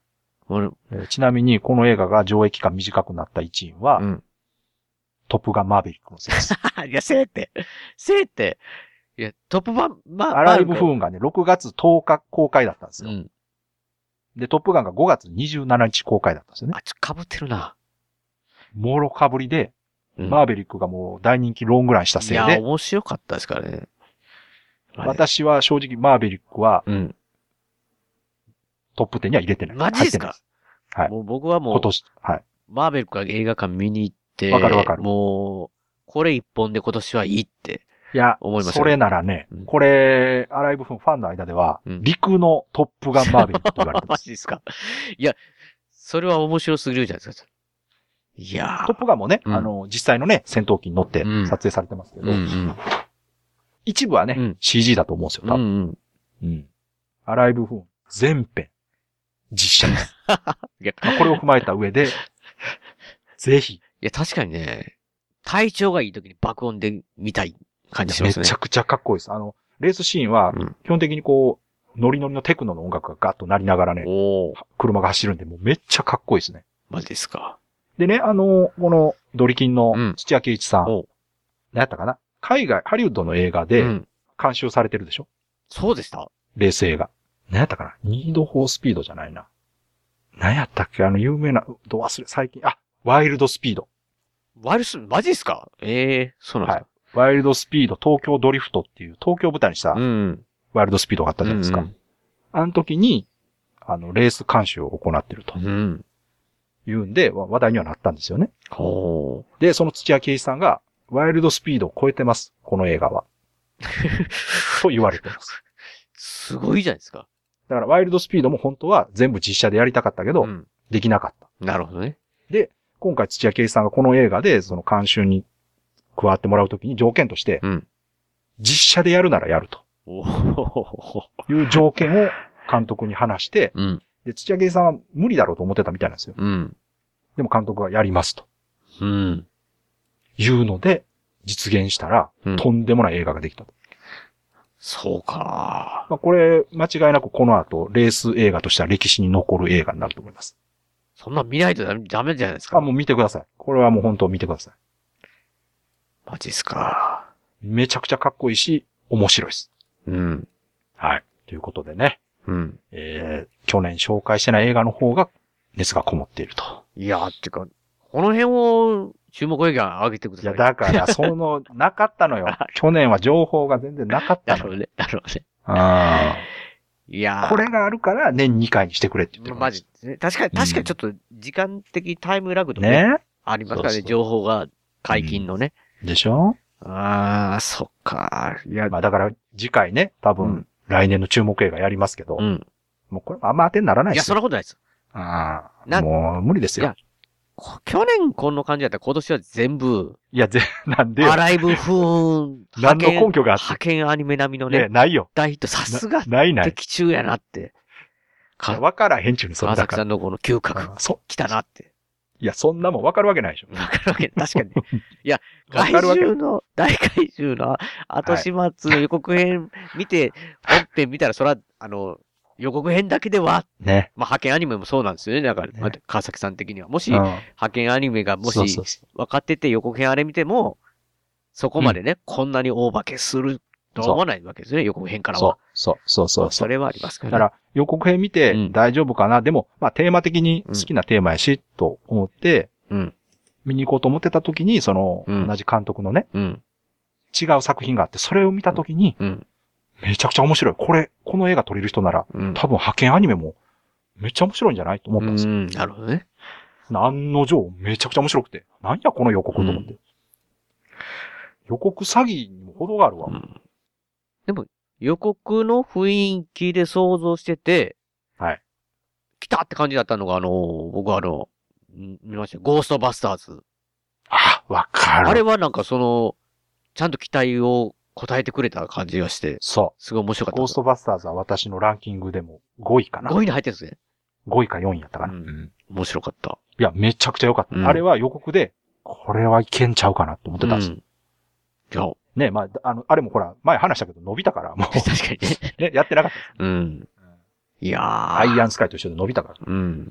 ちなみに、この映画が上映期間短くなった一因は、うん、トップガンマーヴェリックのせいです。 いや、せーって。せーって。いや、トップガン、まあ、 アライブフーンがね、ろくがつとおか公開だったんですよ。うん、で、トップガンがごがつにじゅうしちにち公開だったんですよね。 あ、ちょ、被ってるな。 もろかぶりで、うん、マーヴェリックがもう大人気ロングランしたせいで。いや、面白かったですからね。 私は正直マーヴェリックは、うん、トップテンには入れてない。 マジですか？ はい。 もう僕はもう、 今年、はい。 マーベルが映画館見に行って、 わかるわかる。 もう、これ一本で今年はいいって、 いや、 思いました。 それならね、うん、これ、アライブフンファンの間では、うん、陸のトップガンマーベルって言われてます。 マジですか？いや、それは面白すぎるじゃないですか。いやトップガンもね、うん、あの、実際のね、戦闘機に乗って撮影されてますけど、うんうん、一部はね、うん、シージー だと思うんですよ、多分。うんうんうん、アライブフン、全編、実写です。まあ、これを踏まえた上で、ぜひ。いや、確かにね、体調がいい時に爆音で見たい感じしますね。 めちゃくちゃかっこいいです。あの、レースシーンは、基本的にこう、ノリノリのテクノの音楽がガッと鳴りながらね、車が走るんで、もうめっちゃかっこいいですね。 マジですか。 でね、あの、この、ドリキンの土屋圭一さん、うん、何やったかな？海外、ハリウッドの映画で、監修されてるでしょ？ そうでした？ レース映画。何やったかな？ニードフォースピードじゃないな。何やったっけ？あの、有名な、ど忘れ、最近、あ、ワイルドスピード。 ワイルドス、マジっすか？ええー、そうなんですか、 はい。ワイルドスピード、東京ドリフトっていう、東京舞台にした、うん、ワイルドスピードがあったじゃないですか。うんうん、あの時に、あの、レース監修を行ってると。うん。言うんで、話題にはなったんですよね。 ほう。で、その土屋圭一さんが、ワイルドスピードを超えてます。この映画は。と言われてます。 すごいじゃないですか。 だから、ワイルドスピードも本当は全部実写でやりたかったけど、うん、できなかった。 なるほどね。 で、今回土屋圭一さんがこの映画で、その監修に加わってもらうときに条件として、うん、実写でやるならやると。いう条件を監督に話して、うん、で、土屋圭一さんは無理だろうと思ってたみたいなんですよ。うん、でも監督がやりますと。うん、いうので、実現したら、うん、とんでもない映画ができたと。 そうか。 まあ、これ、間違いなくこの後、レース映画としては歴史に残る映画になると思います。 そんな見ないとダメじゃないですか。 あ、もう見てください。これはもう本当見てください。 マジっすか。 めちゃくちゃかっこいいし、面白いです。 うん。 はい。ということでね。 うん。 えー、去年紹介してない映画の方が熱がこもっていると。 いやー、ってか、この辺を注目映画上げてください。 いや、だから、その、なかったのよ。去年は情報が全然なかったのよ。 なるほどね。なるほどね。 ああ。 いやー。 これがあるから年にかいにしてくれって言ってる。 マジですね。確かに、確かにちょっと時間的タイムラグとかね。ねありますからね。そうそう情報が解禁のね。 うん、でしょ？ ああ、そっか。 いや、まあだから次回ね、多分、うん、来年の注目映画やりますけど、うん、もうこれあんま当てにならないですよ。 いや、そんなことないです。 ああ。もう無理ですよ。いや、 去年この感じだったら今年は全部。 いや、ぜ、なんでよ。 アライブフーン。 何の根拠があって。 派遣アニメ並みのね。 いや、ないよ。 大ヒット、さすが。 ないない。 的中やなって。 わからへんちゅうに、それだから。川崎さんのこの嗅覚。そう。来たなって。 いや、そんなもんわかるわけないでしょ。 わかるわけない。確かに。いや、怪獣の、大怪獣の後始末の予告編見て、本編見たら、そら、あの、予告編だけでは、 ね。 まあ、派遣アニメもそうなんですよね。だから、ね、川崎さん的には。もし、うん、派遣アニメがもし、分かってて予告編あれ見ても、そこまでね、うん、こんなに大化けするとは思わないわけですね、予告編からは。 そう、そう、そう、 それはありますからね。だから、予告編見て大丈夫かな、うん、でも、まあ、テーマ的に好きなテーマやし、と思って、うん、見に行こうと思ってた時に、その、うん、同じ監督のね、うん、違う作品があって、それを見た時に、うんうんめちゃくちゃ面白い。これ、この映画撮れる人なら、うん、多分派遣アニメもめっちゃ面白いんじゃないと思ったんですよ。 うん、なるほどね。 案の定、めちゃくちゃ面白くて。なんやこの予告と思って。うん、予告詐欺にも程があるわ、うん。 でも、予告の雰囲気で想像してて、 はい。 来たって感じだったのが、あの、僕はあの、見ました。ゴーストバスターズ。 あ、わかる。 あれはなんかその、ちゃんと期待を、答えてくれた感じがして。 そう。 すごい面白かった。 ゴーストバスターズは私のランキングでもごいかな。 ごいに入ってるんですね。 ごいかよんいやったかな。うん。 うん、面白かった。 いや、めちゃくちゃ良かった。うん、あれは予告で、これはいけんちゃうかなって思ってたんですよ。うん、いや。ね、まあ、あの、あれもほら、前話したけど伸びたから、もう。 確かにね。 ね、やってなかった。 うん。いやー。 アイアンスカイと一緒で伸びたから。 うん。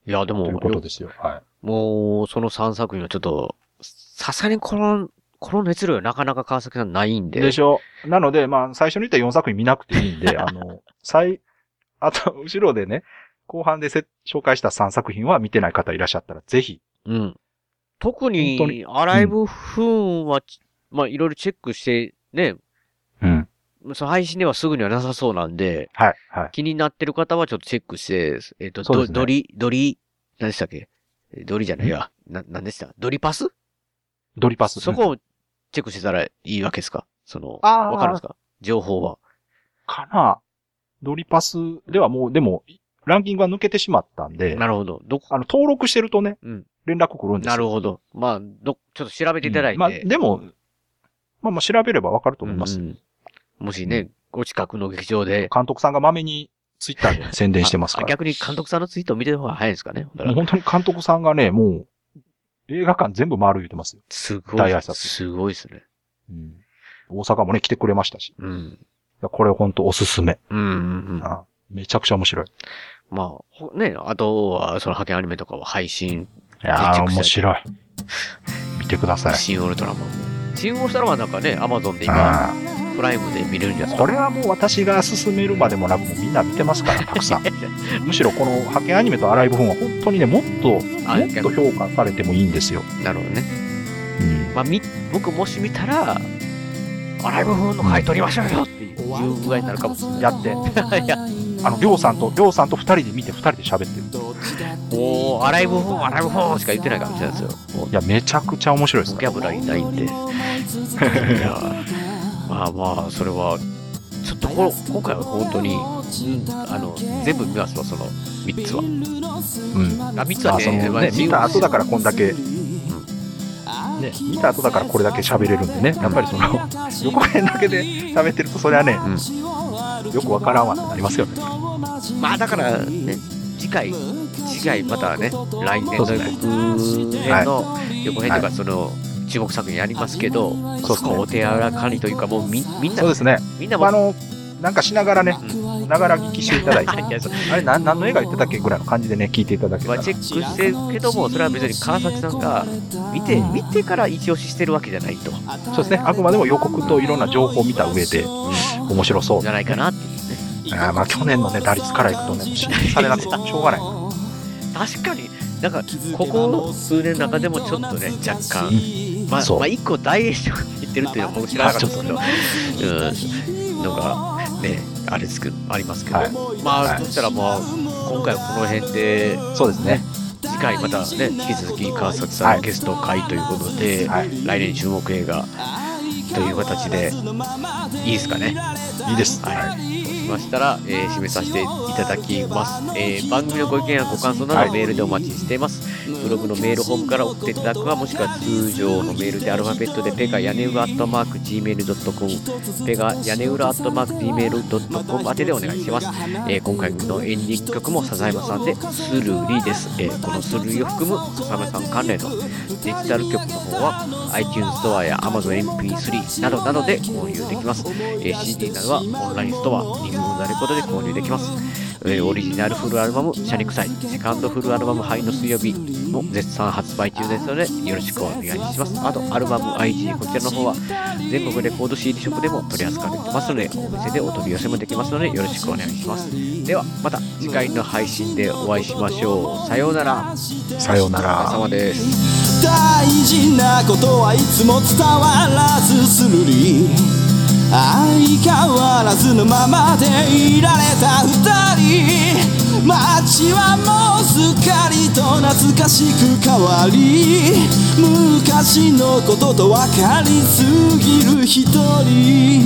いや、でも、 ということですよ。はい。 もう、そのさんさく品はちょっと、さすがにこの、この熱量はなかなか川崎さんないんで。 でしょ。なので、まあ、最初に言ったよんさく品見なくていいんで、あの、最、あと、後ろでね、後半でせ紹介したさんさく品は見てない方いらっしゃったら、ぜひ。 うん。特に、アライブ分は、うん、まあ、いろいろチェックして、ね。 うん。 その配信ではすぐにはなさそうなんで、 はい、はい。 気になってる方はちょっとチェックして、えっ、ー、と、ね、ドリ、ドリ、何でしたっけドリじゃないや。な、何でしたドリパスドリパス。 そこをチェックしてたらいいわけですかその、わかるんですか情報は。 かなドリパスではもう、でも、ランキングが抜けてしまったんで。 なるほど。 どあの、登録してるとね、うん、連絡来るんですよ。 なるほど。まあ、ど、ちょっと調べていただいて。うん、 まあ、でも、まあまあ調べればわかると思います。うんうんもしね、ご近くの劇場で。 監督さんがまめにツイッターで宣伝してますから。 逆に監督さんのツイートを見てる方が早いですかね。 もう本当に監督さんがね、もう、映画館全部回る言ってますよ。 すごい。 大挨拶。 すごいですね。 うん。大阪もね、来てくれましたし。 うん。 これ本当おすすめ。 うんうんうん。 あめちゃくちゃ面白い。 まあ、ね、あとは、その派遣アニメとかは配信。 いやー、面白い。見てください。 シン・ウルトラマンも。シン・ウルトラマンなんかね、アマゾンで今、プライムで見れるんじゃないですか。 これはもう私が勧めるまでもなく、もうみんな見てますから、たくさん。むしろこの派遣アニメとアライブ本は本当にね、もっと、もっと評価されてもいいんですよ。 なるほどね。うん。まあ、み、僕もし見たら、アライブ本の買い取りましょうよっていう具合になるかもしれない。 やって。いや、あの、りょうさんと、りょうさんと二人で見て二人で喋ってる。 おー、アライブ本、アライブ本しか言ってないかもしれないですよ。 いや、めちゃくちゃ面白いです。 ボキャブラリーないんで。いやまあまあ、それは、ちょっとこ今回は本当に、あの、全部見ますわ、そのみっつは。うん。あ、みっつはね、 ね、まあ、ね見た後だからこんだけ、うん、ね、見た後だからこれだけ喋れるんでね、やっぱりその、予告編だけで喋ってると、それはね、うん、よくわからんわってなりますよね。 まあだからね、次回、次回またね、来年の予告編の、予告編というか、その、注目作品やりますけど、そうそう、お手柔らかにというか、もうみみんな、 そうですね。 みんなも、 あの、なんかしながらね、ながら聞きしていただいて、あれ何、何の映画言ってたっけぐらいの感じでね、聞いていただければ。 まあ、チェックしてるけども、それは別に川崎さんが見て、見てから一押ししてるわけじゃないと。 そうですね。あくまでも予告といろんな情報を見た上で、うん、面白そう。 じゃないかなっていうね。あまあ、去年のね、打率からいくとね、信じされなくてしょうがない。 確かに、なんか、ここ数年の中でもちょっとね、若干、うんまあ、まあ、一個大炎上にいってるっていうのは僕知らなかったですけど、うん、のが、ね、あれですけど、ありますけど、はい、まあ、はい、そしたらまあ、今回はこの辺で、 そうですね。 次回またね、引き続き川崎さんのゲスト会ということで、はい、来年注目映画という形で、いいですかね。 いいです。 はい。そうしましたら、えー、締めさせていただきます。えー、番組のご意見やご感想などメールでお待ちしています。ブログのメールホームから送っていただくか、もしくは通常のメールでアルファベットでペガ屋根裏アットマーク ジーメールドットコム ペガ屋根裏アットマーク ジーメールドットコム 宛てでお願いします。えー、今回のエンディング曲も笹山さんでスルリです。えー、このスルリを含む笹山さん関連のデジタル曲の方は iTunes ストアや Amazon エムピースリー などなどで購入できます。えー、シーディー などはオンラインストア、リングなることで購入できます。えー、オリジナルフルアルバム、シャニクサイ、セカンドフルアルバム、ハイの水曜日も絶賛発売中ですので、よろしくお願いします。あと、アルバム アイジー、こちらの方は、全国レコード シーディー ショップでも取り扱われてますので、お店でお取り寄せもできますので、よろしくお願いします。では、また次回の配信でお会いしましょう。さようなら。 さようなら。 お疲れ様です。 大事なことはいつも伝わらずするり、相変わらずのままでいられた二人。街はもうすっかりと懐かしく変わり、昔のことと分かりすぎる一人。